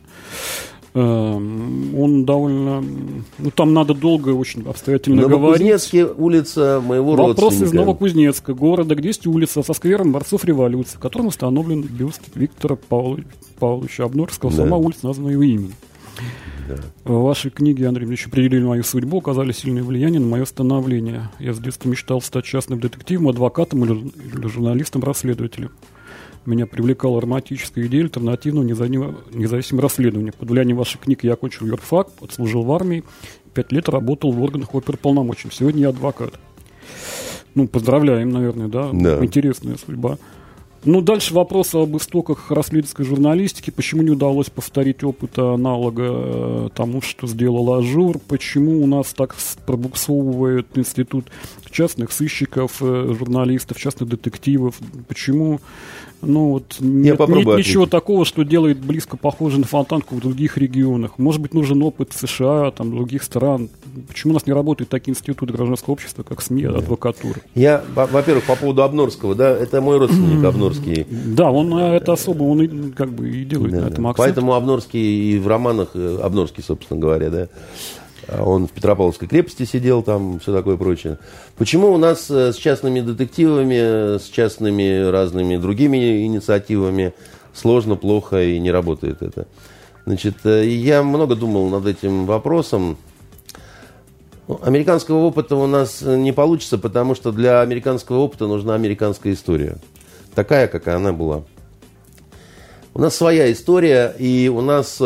Он довольно... там надо долго, очень обстоятельно говорить.
Новокузнецке улица моего родственника.
Вопрос из Новокузнецка, города, где есть улица со сквером борцов революции, в котором установлен бюст Виктора Павловича Обнорского. Да. Сама улица названа его именем. Да. Ваши книги, Андрей Ильич, определили мою судьбу, оказали сильное влияние на мое становление. Я с детства мечтал стать частным детективом, адвокатом или журналистом-расследователем. Меня привлекала романтическая идея альтернативного независимого расследования. Под влиянием ваших книг я окончил юрфак, отслужил в армии, 5 лет работал в органах оперуполномоченных. Сегодня я адвокат. Поздравляем, наверное, да? Интересная судьба. Дальше вопрос об истоках расследовательской журналистики. Почему не удалось повторить опыт аналога тому, что сделал Ажур? Почему у нас так пробуксовывает институт частных сыщиков, журналистов, частных детективов? Почему... нет ничего такого, что делает близко похоже на Фонтанку в других регионах. Может быть, нужен опыт США, других стран. Почему у нас не работают такие институты гражданского общества, как СМИ, адвокатура?
Я, во-первых, по поводу Обнорского, да, это мой родственник Обнорский.
Да, он это особо, он и делает на этом акцент.
Поэтому Обнорский и в романах, Обнорский, собственно говоря, да, он в Петропавловской крепости сидел, там все такое прочее. Почему у нас с частными детективами, с частными разными другими инициативами сложно, плохо и не работает это? Значит, я много думал над этим вопросом. Американского опыта у нас не получится, потому что для американского опыта нужна американская история. Такая, какая она была. У нас своя история, и у нас...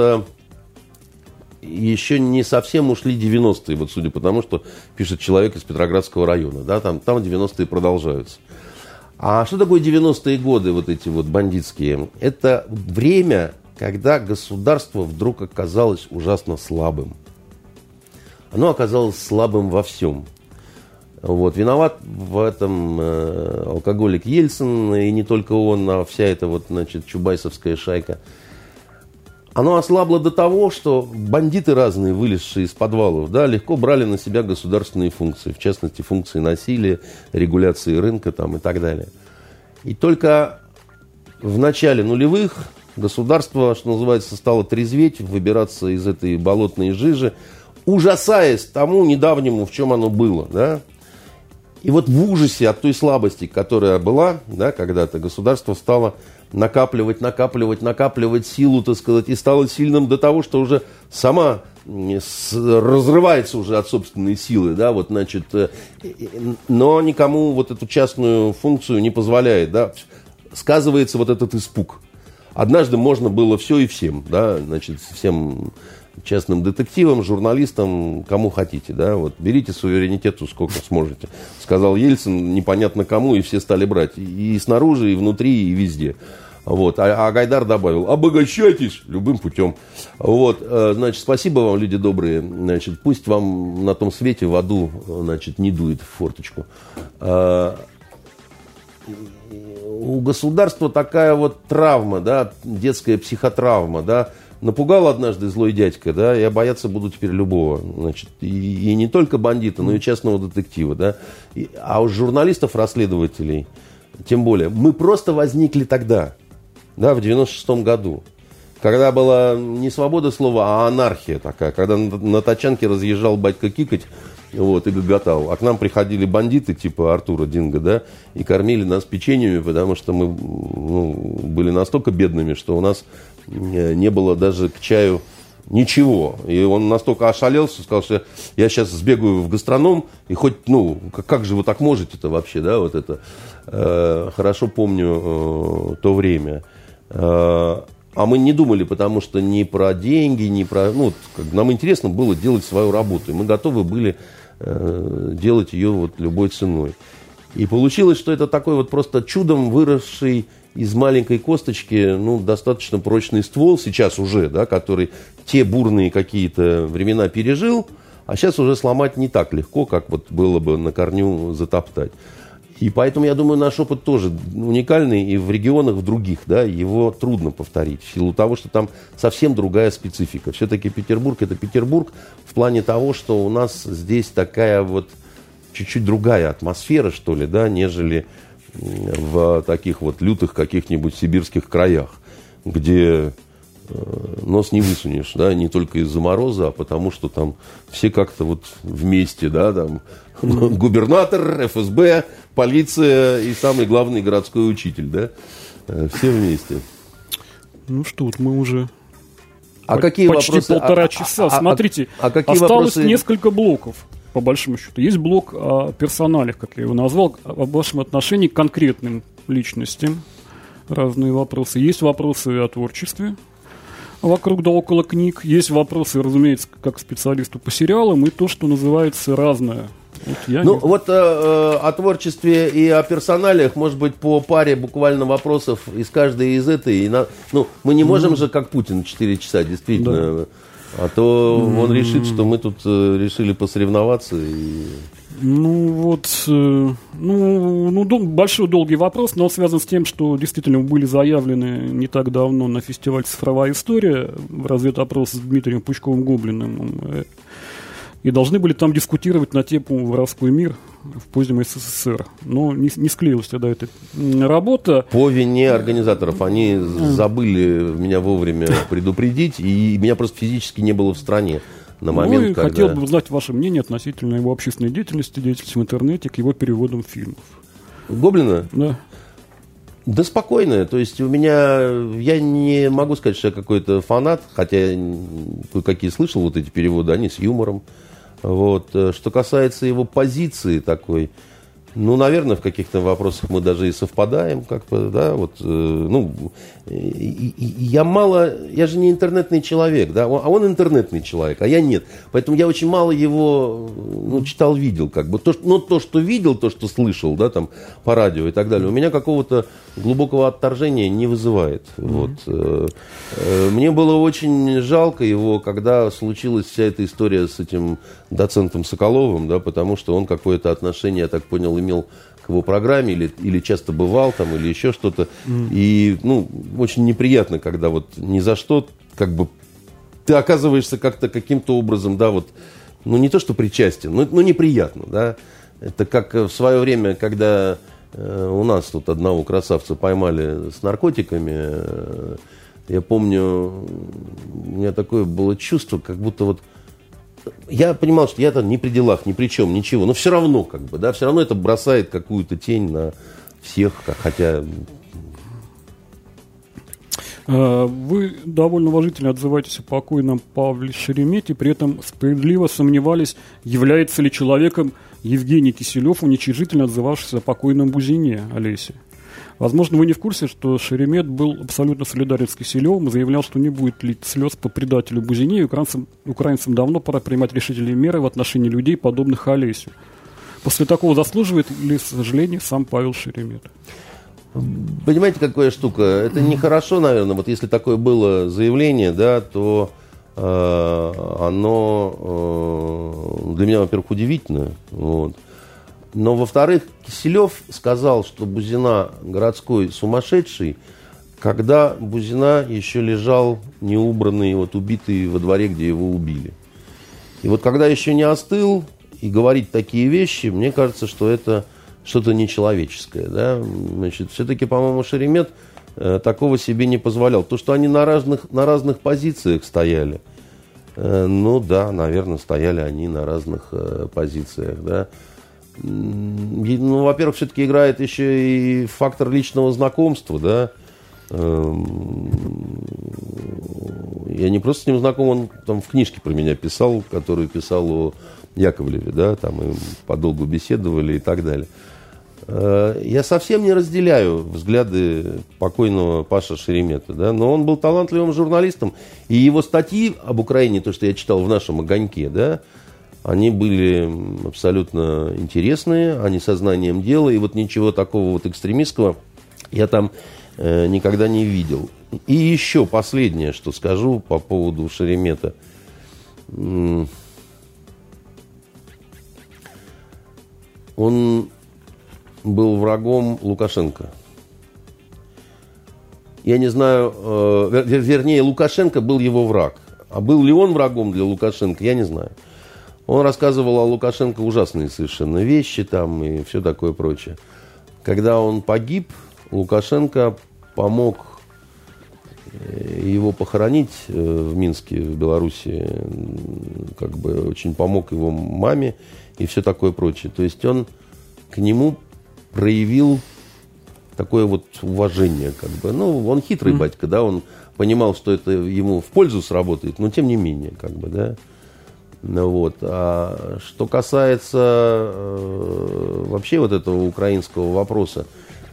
еще не совсем ушли 90-е, вот судя по тому, что пишет человек из Петроградского района. Да, там 90-е продолжаются. А что такое 90-е годы, вот эти вот бандитские? Это время, когда государство вдруг оказалось ужасно слабым. Оно оказалось слабым во всем. Вот. Виноват в этом алкоголик Ельцин, и не только он, а вся эта вот, значит, чубайсовская шайка. Оно ослабло до того, что бандиты разные, вылезшие из подвалов, да, легко брали на себя государственные функции, в частности, функции насилия, регуляции рынка там, и так далее. И только в начале нулевых государство, что называется, стало трезветь, выбираться из этой болотной жижи, ужасаясь тому недавнему, в чем оно было, да. И вот в ужасе от той слабости, которая была, да, когда-то, государство стало накапливать силу, так сказать, и стало сильным до того, что уже сама разрывается уже от собственной силы, да, вот, значит, но никому вот эту частную функцию не позволяет, да, сказывается вот этот испуг. Однажды можно было все и всем, да, значит, всем частным детективам, журналистам, кому хотите, да, вот, берите суверенитету сколько сможете, сказал Ельцин, непонятно кому, и все стали брать, и снаружи, и внутри, и везде. Вот. А Гайдар добавил: обогащайтесь любым путем. Вот. Значит, спасибо вам, люди добрые. Значит, пусть вам на том свете в аду, значит, не дует в форточку. У государства такая вот травма, да, детская психотравма, да. Напугал однажды злой дядька, да, я бояться буду теперь любого, значит, и не только бандита, но и частного детектива, да. А у журналистов, расследователей, тем более, мы просто возникли тогда. Да, в 96-м году, когда была не свобода слова, а анархия такая, когда на тачанке разъезжал батька Кикоть, вот, и гоготал, а к нам приходили бандиты типа Артура Динго, да, и кормили нас печеньями, потому что мы, ну, были настолько бедными, что у нас не было даже к чаю ничего. И он настолько ошалел, что сказал, что я сейчас сбегаю в гастроном, и хоть, ну, как же вы так можете-то вообще, да, вот это. Хорошо помню то время. А мы не думали, потому что ни про деньги, ни про... Ну, нам интересно было делать свою работу. И мы готовы были делать ее вот любой ценой. И получилось, что это такой вот просто чудом выросший из маленькой косточки, ну, достаточно прочный ствол сейчас уже, да, который те бурные какие-то времена пережил, а сейчас уже сломать не так легко, как вот было бы на корню затоптать. И поэтому, я думаю, наш опыт тоже уникальный, и в регионах, в других, да, его трудно повторить, в силу того, что там совсем другая специфика. Все-таки Петербург – это Петербург в плане того, что у нас здесь такая вот чуть-чуть другая атмосфера, что ли, да, нежели в таких вот лютых каких-нибудь сибирских краях, где нос не высунешь, да, не только из-за мороза, а потому что там все как-то вот вместе, да, там губернатор, ФСБ, полиция и самый главный городской учитель, да, все вместе.
Ну что, вот мы уже
какие
почти
вопросы?
Полтора часа. Смотрите,
какие
осталось
вопросы?
Несколько блоков, по большому счету. Есть блок о персоналиях, как я его назвал, о вашем отношении к конкретным личностям. Разные вопросы. Есть вопросы о творчестве вокруг да около книг. Есть вопросы, разумеется, как специалисту по сериалам, и то, что называется разное. Вот
о творчестве и о персоналиях, может быть, по паре буквально вопросов из каждой из этой. Мы не можем же, как Путин, 4 часа, действительно. Да. А то он решит, что мы тут решили посоревноваться.
Большой долгий вопрос, но он связан с тем, что действительно были заявлены не так давно на фестиваль «Цифровая история» в разведопрос с Дмитрием Пучковым-Гоблиным. И должны были там дискутировать на тему «Воровской мир» в позднем СССР. Но не склеилась тогда эта работа.
По вине организаторов. Они забыли меня вовремя предупредить, и меня просто физически не было в стране на момент, когда...
Хотел бы узнать ваше мнение относительно его общественной деятельности, деятельности в интернете, к его переводам фильмов.
Гоблина?
Да.
Да спокойно, то есть у меня, я не могу сказать, что я какой-то фанат, хотя кое-какие слышал вот эти переводы, они с юмором. Вот. Что касается его позиции такой, наверное, в каких-то вопросах мы даже и совпадаем, как-то, да, вот, я же не интернетный человек, да, а он интернетный человек, а я нет, поэтому я очень мало его, читал, видел, как бы, то, что видел, то, что слышал, да, там, по радио и так далее, у меня какого-то глубокого отторжения не вызывает, вот. Мне было очень жалко его, когда случилась вся эта история с этим доцентом Соколовым, да, потому что он какое-то отношение, я так понял, имел к его программе, или часто бывал там, или еще что-то. И, очень неприятно, когда вот ни за что как бы ты оказываешься как-то каким-то образом, да, вот, ну, не то, что причастен, но неприятно, да. Это как в свое время, когда у нас тут одного красавца поймали с наркотиками, я помню, у меня такое было чувство, как будто вот я понимал, что я там не при делах, ни при чем, ничего, но все равно, как бы, да, все равно это бросает какую-то тень на всех, хотя...
Вы довольно уважительно отзываетесь о покойном Павле Шеремете, при этом справедливо сомневались, является ли человеком Евгений Киселев, уничижительно отзывавшийся о покойном Бузине Олесе. Возможно, вы не в курсе, что Шеремет был абсолютно солидарен с Киселевым и заявлял, что не будет лить слез по предателю Бузине, и украинцам давно пора принимать решительные меры в отношении людей, подобных Олесю. После такого заслуживает ли сожаления сам Павел Шеремет?
Понимаете, какая штука? Это нехорошо, наверное. Вот если такое было заявление, да, то оно для меня, во-первых, удивительно. Вот. Но, во-вторых, Киселев сказал, что Бузина городской сумасшедший, когда Бузина еще лежал неубранный, вот убитый во дворе, где его убили. И вот когда еще не остыл и говорить такие вещи, мне кажется, что это что-то нечеловеческое. Да? Значит, все-таки, по-моему, Шеремет такого себе не позволял. То, что они на разных позициях стояли, ну да, наверное, стояли они на разных позициях. Да? Ну, во-первых, все-таки играет еще и фактор личного знакомства, да. Я не просто с ним знаком, он там в книжке про меня писал, которую писал о Яковлеве, да, там и подолгу беседовали и так далее. Я совсем не разделяю взгляды покойного Паша Шеремета, да, но он был талантливым журналистом, и его статьи об Украине, то, что я читал в нашем «Огоньке», да, они были абсолютно интересные, они сознанием дела, и вот ничего такого вот экстремистского я там никогда не видел. И еще последнее, что скажу по поводу Шеремета. Он был врагом Лукашенко. Я не знаю, вернее, Лукашенко был его враг. А был ли он врагом для Лукашенко, я не знаю. Он рассказывал о Лукашенко ужасные совершенно вещи там и все такое прочее. Когда он погиб, Лукашенко помог его похоронить в Минске, в Беларуси, как бы очень помог его маме и все такое прочее. То есть он к нему проявил такое вот уважение, как бы. Ну, он хитрый батька, да, он понимал, что это ему в пользу сработает, но тем не менее, как бы, да. Ну, вот. А что касается вообще вот этого украинского вопроса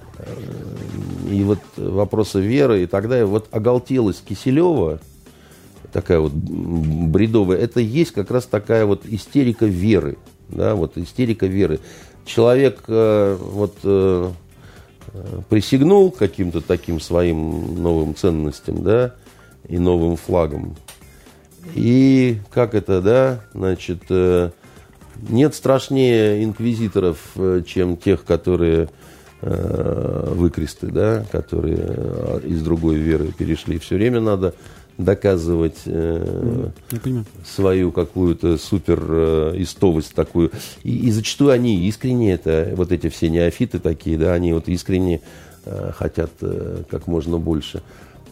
и вот вопроса веры и так далее, вот оголтелость Киселева, такая вот бредовая, это есть как раз такая вот истерика веры, да, вот истерика веры. Человек вот присягнул каким-то таким своим новым ценностям, да, и новым флагом. И как это, да, значит, нет страшнее инквизиторов, чем тех, которые выкресты, да, которые из другой веры перешли. Все время надо доказывать свою какую-то супер истовость такую. И зачастую они искренне, это вот эти все неофиты такие, да, они вот искренне хотят как можно больше.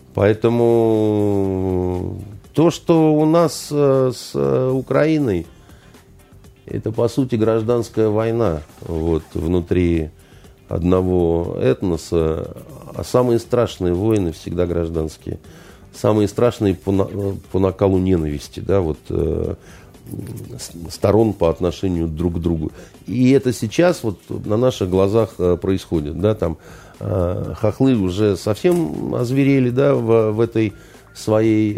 Поэтому то, что у нас с Украиной, это, по сути, гражданская война вот, внутри одного этноса. А самые страшные войны всегда гражданские. Самые страшные по накалу ненависти, да, вот, сторон по отношению друг к другу. И это сейчас вот на наших глазах происходит. Да, там хохлы уже совсем озверели, да, в этой своей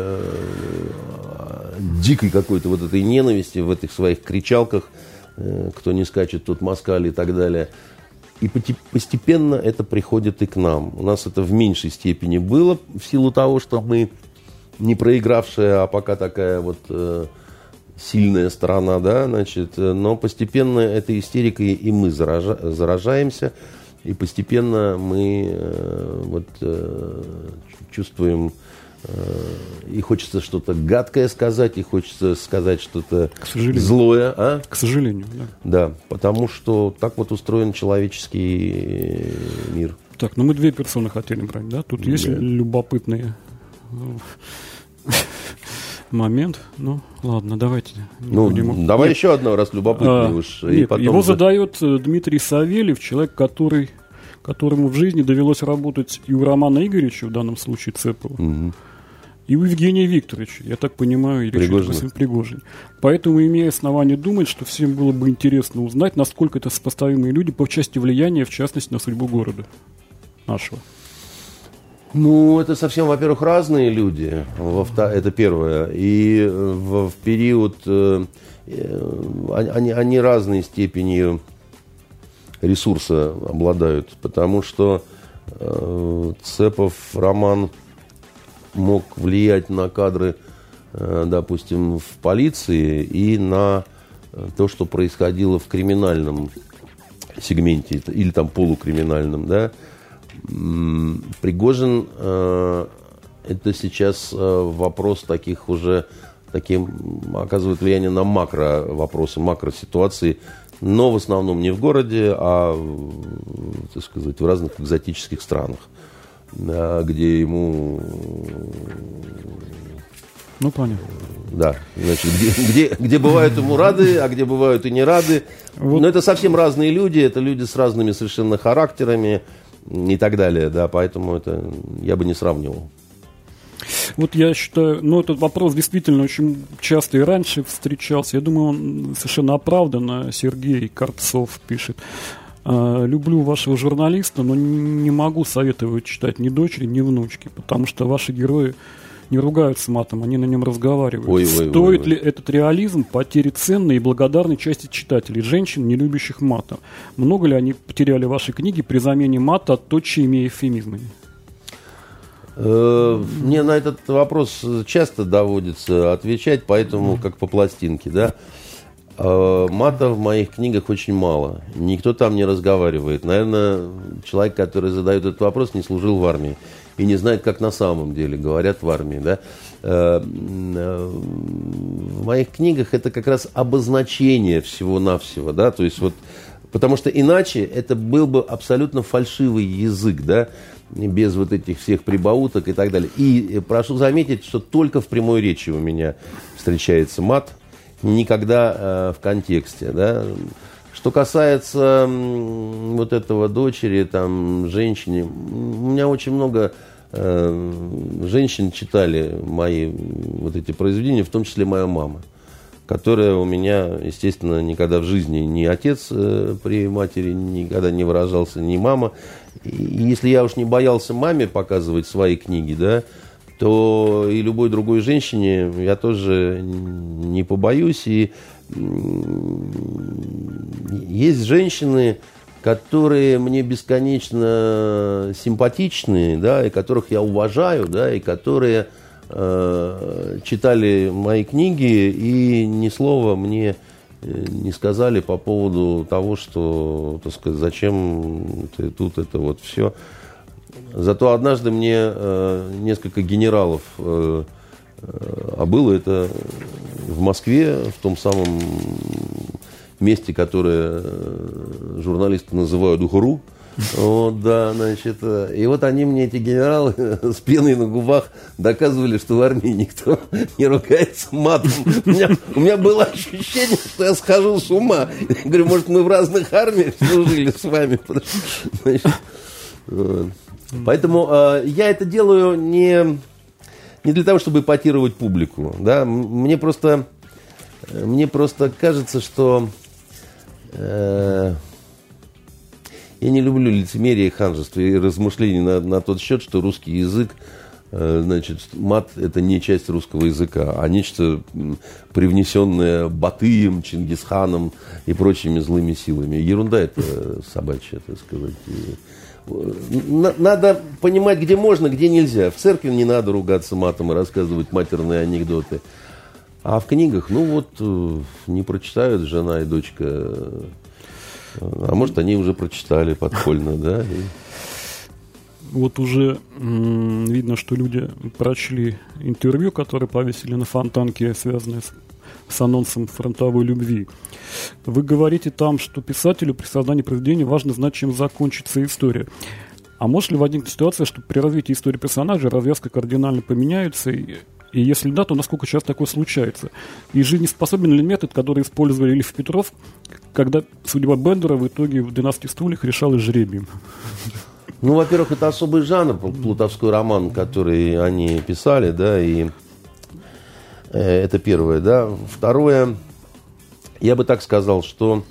дикой какой-то вот этой ненависти, в этих своих кричалках, кто не скачет, тот москаль и так далее. И постепенно это приходит и к нам. У нас это в меньшей степени было в силу того, что мы не проигравшая, а пока такая вот сильная сторона, да, значит, но постепенно этой истерикой и мы заражаемся, и постепенно мы вот чувствуем и хочется что-то гадкое сказать, и хочется сказать что-то злое. А?
К сожалению, да.
Да, потому что так вот устроен человеческий мир.
Так, ну мы 2 персоны хотели брать, да? Тут есть любопытный момент. Ну, ладно, давайте.
Давай еще одно, раз любопытный уж.
Нет, его задает Дмитрий Савельев, человек, которому в жизни довелось работать и у Романа Игоревича, в данном случае Цепова, и у Евгения Викторовича, я так понимаю, и Пригожин. Поэтому имею основание думать, что всем было бы интересно узнать, насколько это сопоставимые люди по части влияния, в частности, на судьбу города нашего.
Ну, это совсем, во-первых, разные люди, это первое. И в период, они разной степенью ресурса обладают, потому что Цепов Роман мог влиять на кадры, допустим, в полиции и на то, что происходило в криминальном сегменте или там полукриминальном, да. Пригожин это сейчас вопрос таких уже оказывает влияние на вопросы, макроситуации, но в основном не в городе, а, так сказать, в разных экзотических странах, где ему...
Ну, понятно.
Да, значит, где бывают ему рады, а где бывают и не рады. Вот. Но это совсем разные люди, это люди с разными совершенно характерами и так далее, да, поэтому это я бы не сравнивал.
Вот я считаю, этот вопрос действительно очень часто и раньше встречался. Я думаю, он совершенно оправданно. Сергей Карцов пишет. Люблю вашего журналиста, но не могу советовать читать ни дочери, ни внучке, потому что ваши герои не ругаются матом, они на нем разговаривают. Стоит ли этот реализм потери ценной и благодарной части читателей, женщин, не любящих мата? Много ли они потеряли ваши книги при замене мата точиями и эвфемизмами?
Мне на этот вопрос часто доводится отвечать, поэтому как по пластинке, да. Мата в моих книгах очень мало. Никто там не разговаривает. Наверное, человек, который задает этот вопрос, не служил в армии и не знает, как на самом деле говорят в армии, да. В моих книгах это как раз обозначение всего-навсего, да, то есть вот, потому что иначе это был бы абсолютно фальшивый язык, да, без вот этих всех прибауток и так далее. И прошу заметить, что только в прямой речи у меня встречается мат, никогда в контексте, да. Что касается вот этого дочери, там, женщине, у меня очень много женщин читали мои вот эти произведения, в том числе моя мама, которая у меня, естественно, никогда в жизни ни отец при матери никогда не выражался, ни мама. И если я уж не боялся маме показывать свои книги, да, то и любой другой женщине я тоже не побоюсь. И есть женщины, которые мне бесконечно симпатичны, да, и которых я уважаю, да, и которые читали мои книги и ни слова мне не сказали по поводу того, что, так сказать, зачем ты тут это вот все. Зато однажды мне несколько генералов, а было это в Москве, в том самом месте, которое журналисты называют ГРУ. Вот, да, значит, и вот они мне, эти генералы, с пеной на губах доказывали, что в армии никто не ругается матом. У меня было ощущение, что я схожу с ума. Я говорю, может, мы в разных армиях служили с вами. Значит, вот. Поэтому я это делаю не для того, чтобы эпатировать публику. Да? Мне просто кажется, что... Я не люблю лицемерие и ханжество и размышлений на тот счет, что русский язык, значит, мат – это не часть русского языка, а нечто привнесенное Батыем, Чингисханом и прочими злыми силами. Ерунда это собачья, так сказать. Надо понимать, где можно, где нельзя. В церкви не надо ругаться матом и рассказывать матерные анекдоты. А в книгах, не прочитают жена и дочка. А может, они уже прочитали подпольно, да?
вот уже видно, что люди прочли интервью, которое повесили на Фонтанке, связанное с анонсом фронтовой любви. Вы говорите там, что писателю при создании произведения важно знать, чем закончится история. А может ли возникнуть ситуация, что при развитии истории персонажа развязка кардинально поменяется? И если да, то насколько часто такое случается? И жизнеспособен ли метод, который использовали Ильф и Петров, когда судьба Бендера в итоге в «12 стульях» решалась жребием?
Ну, во-первых, это особый жанр, плутовской роман, который они писали, да, и это первое, да. Второе, я бы так сказал, что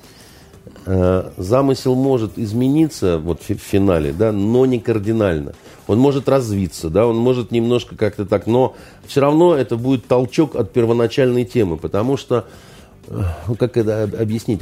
замысел может измениться вот в финале, да, но не кардинально. Он может развиться, да, он может немножко как-то так, но все равно это будет толчок от первоначальной темы, потому что, ну, как это объяснить,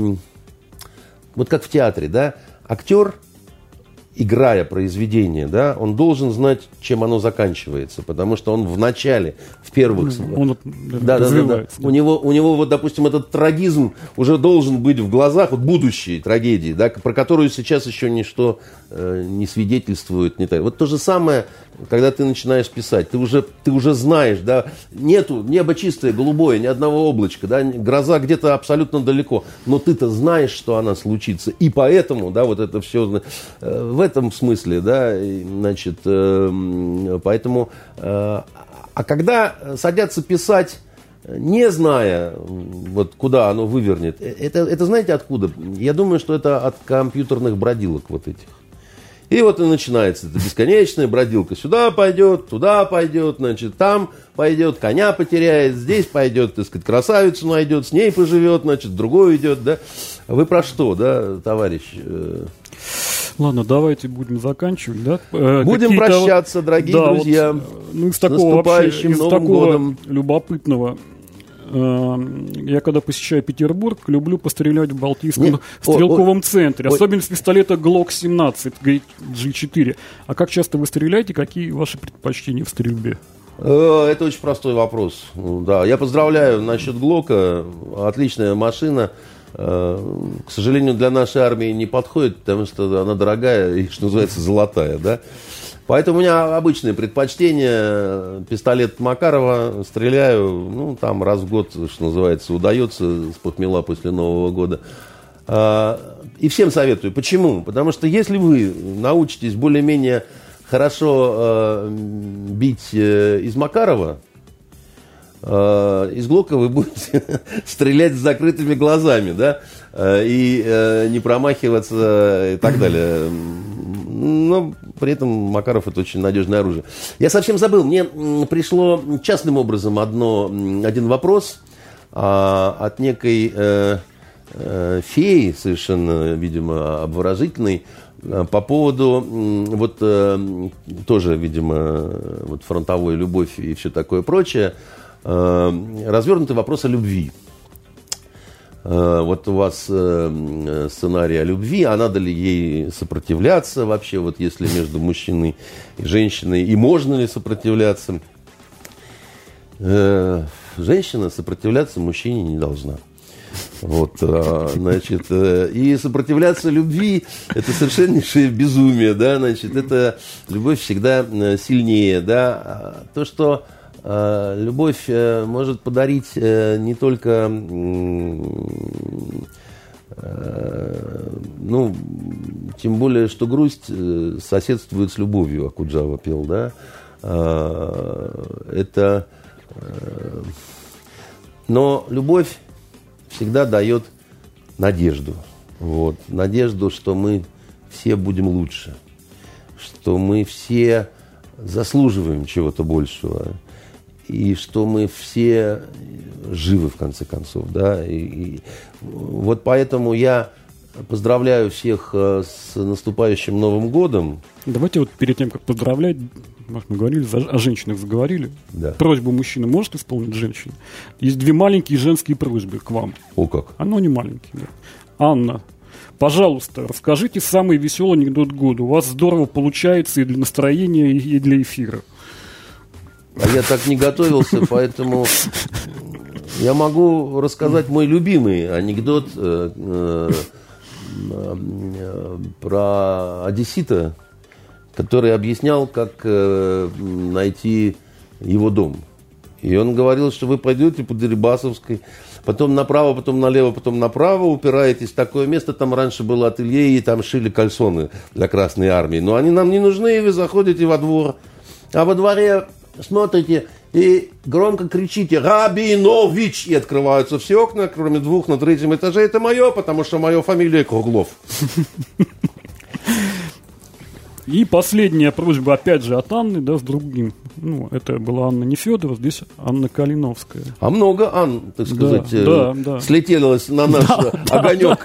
вот как в театре, да, актер, играя произведение, да, он должен знать, чем оно заканчивается, потому что он в начале, в первых...
Он развивается.
У него вот, допустим, этот трагизм уже должен быть в глазах, вот будущей трагедии, да, про которую сейчас еще ничто не свидетельствует. Не так. Вот то же самое, когда ты начинаешь писать, ты уже знаешь, да, нету, небо чистое, голубое, ни одного облачка, да, гроза где-то абсолютно далеко, но ты-то знаешь, что она случится, и поэтому, да, вот это все... В этом смысле, да, значит, поэтому, а когда садятся писать, не зная, вот куда оно вывернет, это знаете откуда? Я думаю, что это от компьютерных бродилок вот этих. И вот и начинается эта бесконечная бродилка. Сюда пойдет, туда пойдет, значит, там пойдет, коня потеряет, здесь пойдет, так сказать, красавицу найдет, с ней поживет, значит, другой идет, да. Вы про что, да, товарищ?
Ладно, давайте будем заканчивать, да?
Будем прощаться, дорогие друзья.
Вот, ну, из такого вообще, из такого любопытного. Я когда посещаю Петербург, люблю пострелять в Балтийском стрелковом центре. Особенно с пистолета Glock 17 G4. А как часто вы стреляете? Какие ваши предпочтения в стрельбе?
Это очень простой вопрос. Да, я поздравляю насчет Глока. Отличная машина. К сожалению, для нашей армии не подходит, потому что она дорогая и, что называется, золотая, да. Поэтому у меня обычное предпочтение. Пистолет Макарова, стреляю, ну, там раз в год, что называется, удается с похмела после Нового года. И всем советую. Почему? Потому что если вы научитесь более-менее хорошо бить из Макарова, из Глока вы будете стрелять с закрытыми глазами, да, и не промахиваться и так далее. Но при этом Макаров — это очень надежное оружие. Я совсем забыл, мне пришло частным образом один вопрос от некой феи, совершенно, видимо, обворожительной, по поводу вот тоже, видимо, вот фронтовой любовь и все такое прочее. Развернутый вопрос о любви. Вот у вас сценарий о любви, а надо ли ей сопротивляться вообще, вот если между мужчиной и женщиной, и можно ли сопротивляться? Женщина сопротивляться мужчине не должна. Вот, значит, и сопротивляться любви — это совершеннейшее безумие, да, значит, это любовь всегда сильнее, да, то, что любовь может подарить не только, ну, тем более, что грусть соседствует с любовью, Акуджава пел, да, это, но любовь всегда дает надежду, вот, надежду, что мы все будем лучше, что мы все заслуживаем чего-то большего, и что мы все живы, в конце концов, да, и вот поэтому я поздравляю всех с наступающим Новым годом.
Давайте вот перед тем, как поздравлять, мы говорили, о женщинах заговорили.
Да.
Просьбу мужчина может исполнить женщина? Есть две маленькие женские просьбы к вам.
О как?
Оно не маленькие, да. Анна, пожалуйста, расскажите самый веселый анекдот года. У вас здорово получается и для настроения, и для эфира.
А я так не готовился, поэтому я могу рассказать мой любимый анекдот про одессита, который объяснял, как найти его дом. И он говорил, что вы пойдете по Дерибасовской, потом направо, потом налево, потом направо, упираетесь в такое место, там раньше было ателье, и там шили кальсоны для Красной Армии. Но они нам не нужны, и вы заходите во двор. А во дворе смотрите и громко кричите «Рабинович!» И открываются все окна, кроме 2 на 3-м этаже. Это мое, потому что моя фамилия Круглов.
И последняя просьба, опять же, от Анны, да, с другим. Ну, это была Анна Нефедова, здесь Анна Калиновская.
А много Ан, так сказать,
да.
слетелось на наш огонек.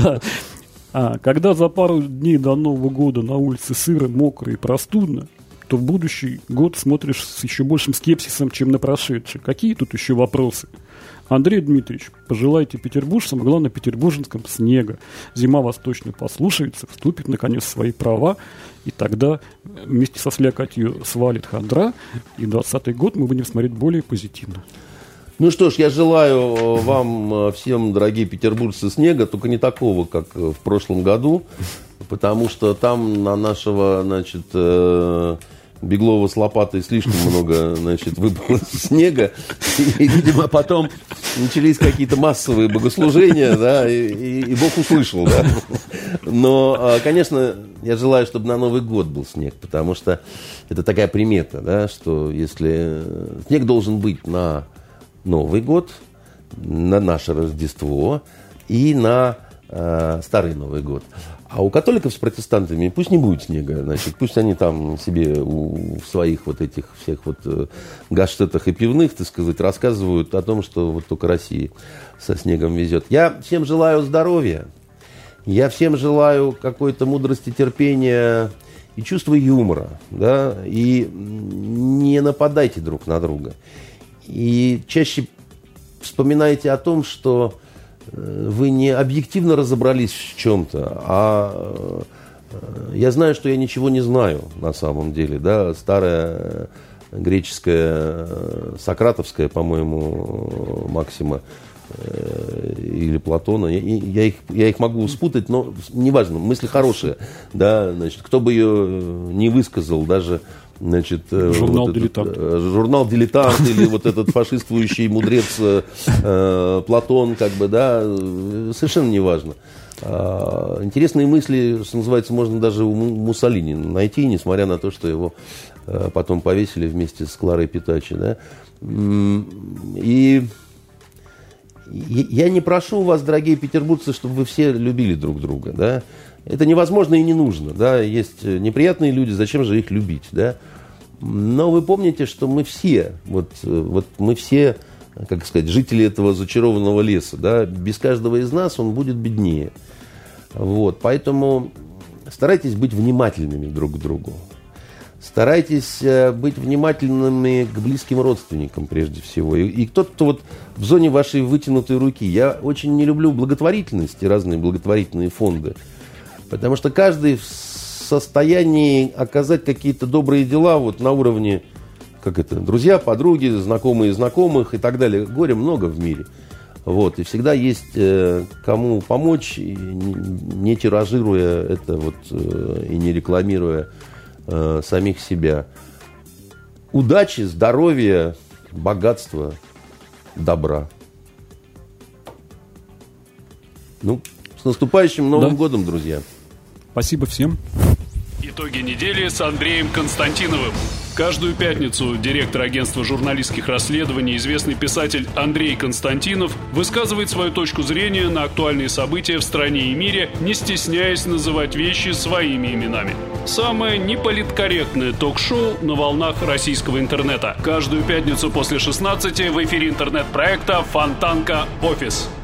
Да. Когда за пару дней до Нового года на улице сыро, мокро и простудно, то в будущий год смотришь с еще большим скепсисом, чем на прошедший. Какие тут еще вопросы? Андрей Дмитриевич, пожелайте петербуржцам, а главное петербуржцам снега. Зима вас точно послушается, вступит наконец в свои права, и тогда вместе со слякотью свалит хандра, и 2020 год мы будем смотреть более позитивно.
Ну что ж, я желаю вам всем, дорогие петербуржцы, снега, только не такого, как в прошлом году, потому что там на нашего, значит, Беглова с лопатой слишком много, значит, выпало снега, и, видимо, потом начались какие-то массовые богослужения, да, и Бог услышал, да. Но, конечно, я желаю, чтобы на Новый год был снег, потому что это такая примета, да, что если снег должен быть на Новый год, на наше Рождество и на Старый Новый год. А у католиков с протестантами пусть не будет снега, значит, пусть они там себе в своих вот этих всех вот гаштетах и пивных, так сказать, рассказывают о том, что вот только Россия со снегом везет. Я всем желаю здоровья, я всем желаю какой-то мудрости, терпения и чувства юмора, да, и не нападайте друг на друга. И чаще вспоминайте о том, что вы не объективно разобрались в чем-то, а я знаю, что я ничего не знаю на самом деле. Да? Старая греческая, сократовская, по-моему, максима или Платона, я их могу спутать, но неважно, мысли хорошие. Да? Значит, кто бы ее не высказал, даже... Значит,
журнал
вот
«Дилетант».
Журнал «Дилетант» или вот этот фашистующий мудрец Платон, как бы, да, совершенно неважно. Интересные мысли, что называется, можно даже у Муссолини найти, несмотря на то, что его потом повесили вместе с Кларой Питачи, да. И я не прошу вас, дорогие петербуржцы, чтобы вы все любили друг друга, да. Это невозможно и не нужно, да, есть неприятные люди, зачем же их любить, да. Но вы помните, что мы все, вот мы все, как сказать, жители этого зачарованного леса, да, без каждого из нас он будет беднее. Вот, поэтому старайтесь быть внимательными друг к другу. Старайтесь быть внимательными к близким родственникам прежде всего. И тот, кто вот в зоне вашей вытянутой руки. Я очень не люблю благотворительность и разные благотворительные фонды. Потому что каждый в состоянии оказать какие-то добрые дела вот на уровне, как это, друзья, подруги, знакомые знакомых и так далее. Горя много в мире. Вот, и всегда есть кому помочь, и не тиражируя это вот, и не рекламируя самих себя. Удачи, здоровья, богатства, добра. Ну, с наступающим Новым годом, друзья.
Спасибо всем.
Итоги недели с Андреем Константиновым. Каждую пятницу директор агентства журналистских расследований, известный писатель Андрей Константинов, высказывает свою точку зрения на актуальные события в стране и мире, не стесняясь называть вещи своими именами. Самое неполиткорректное ток-шоу на волнах российского интернета. Каждую пятницу после 16 в эфире интернет-проекта «Фонтанка. Офис».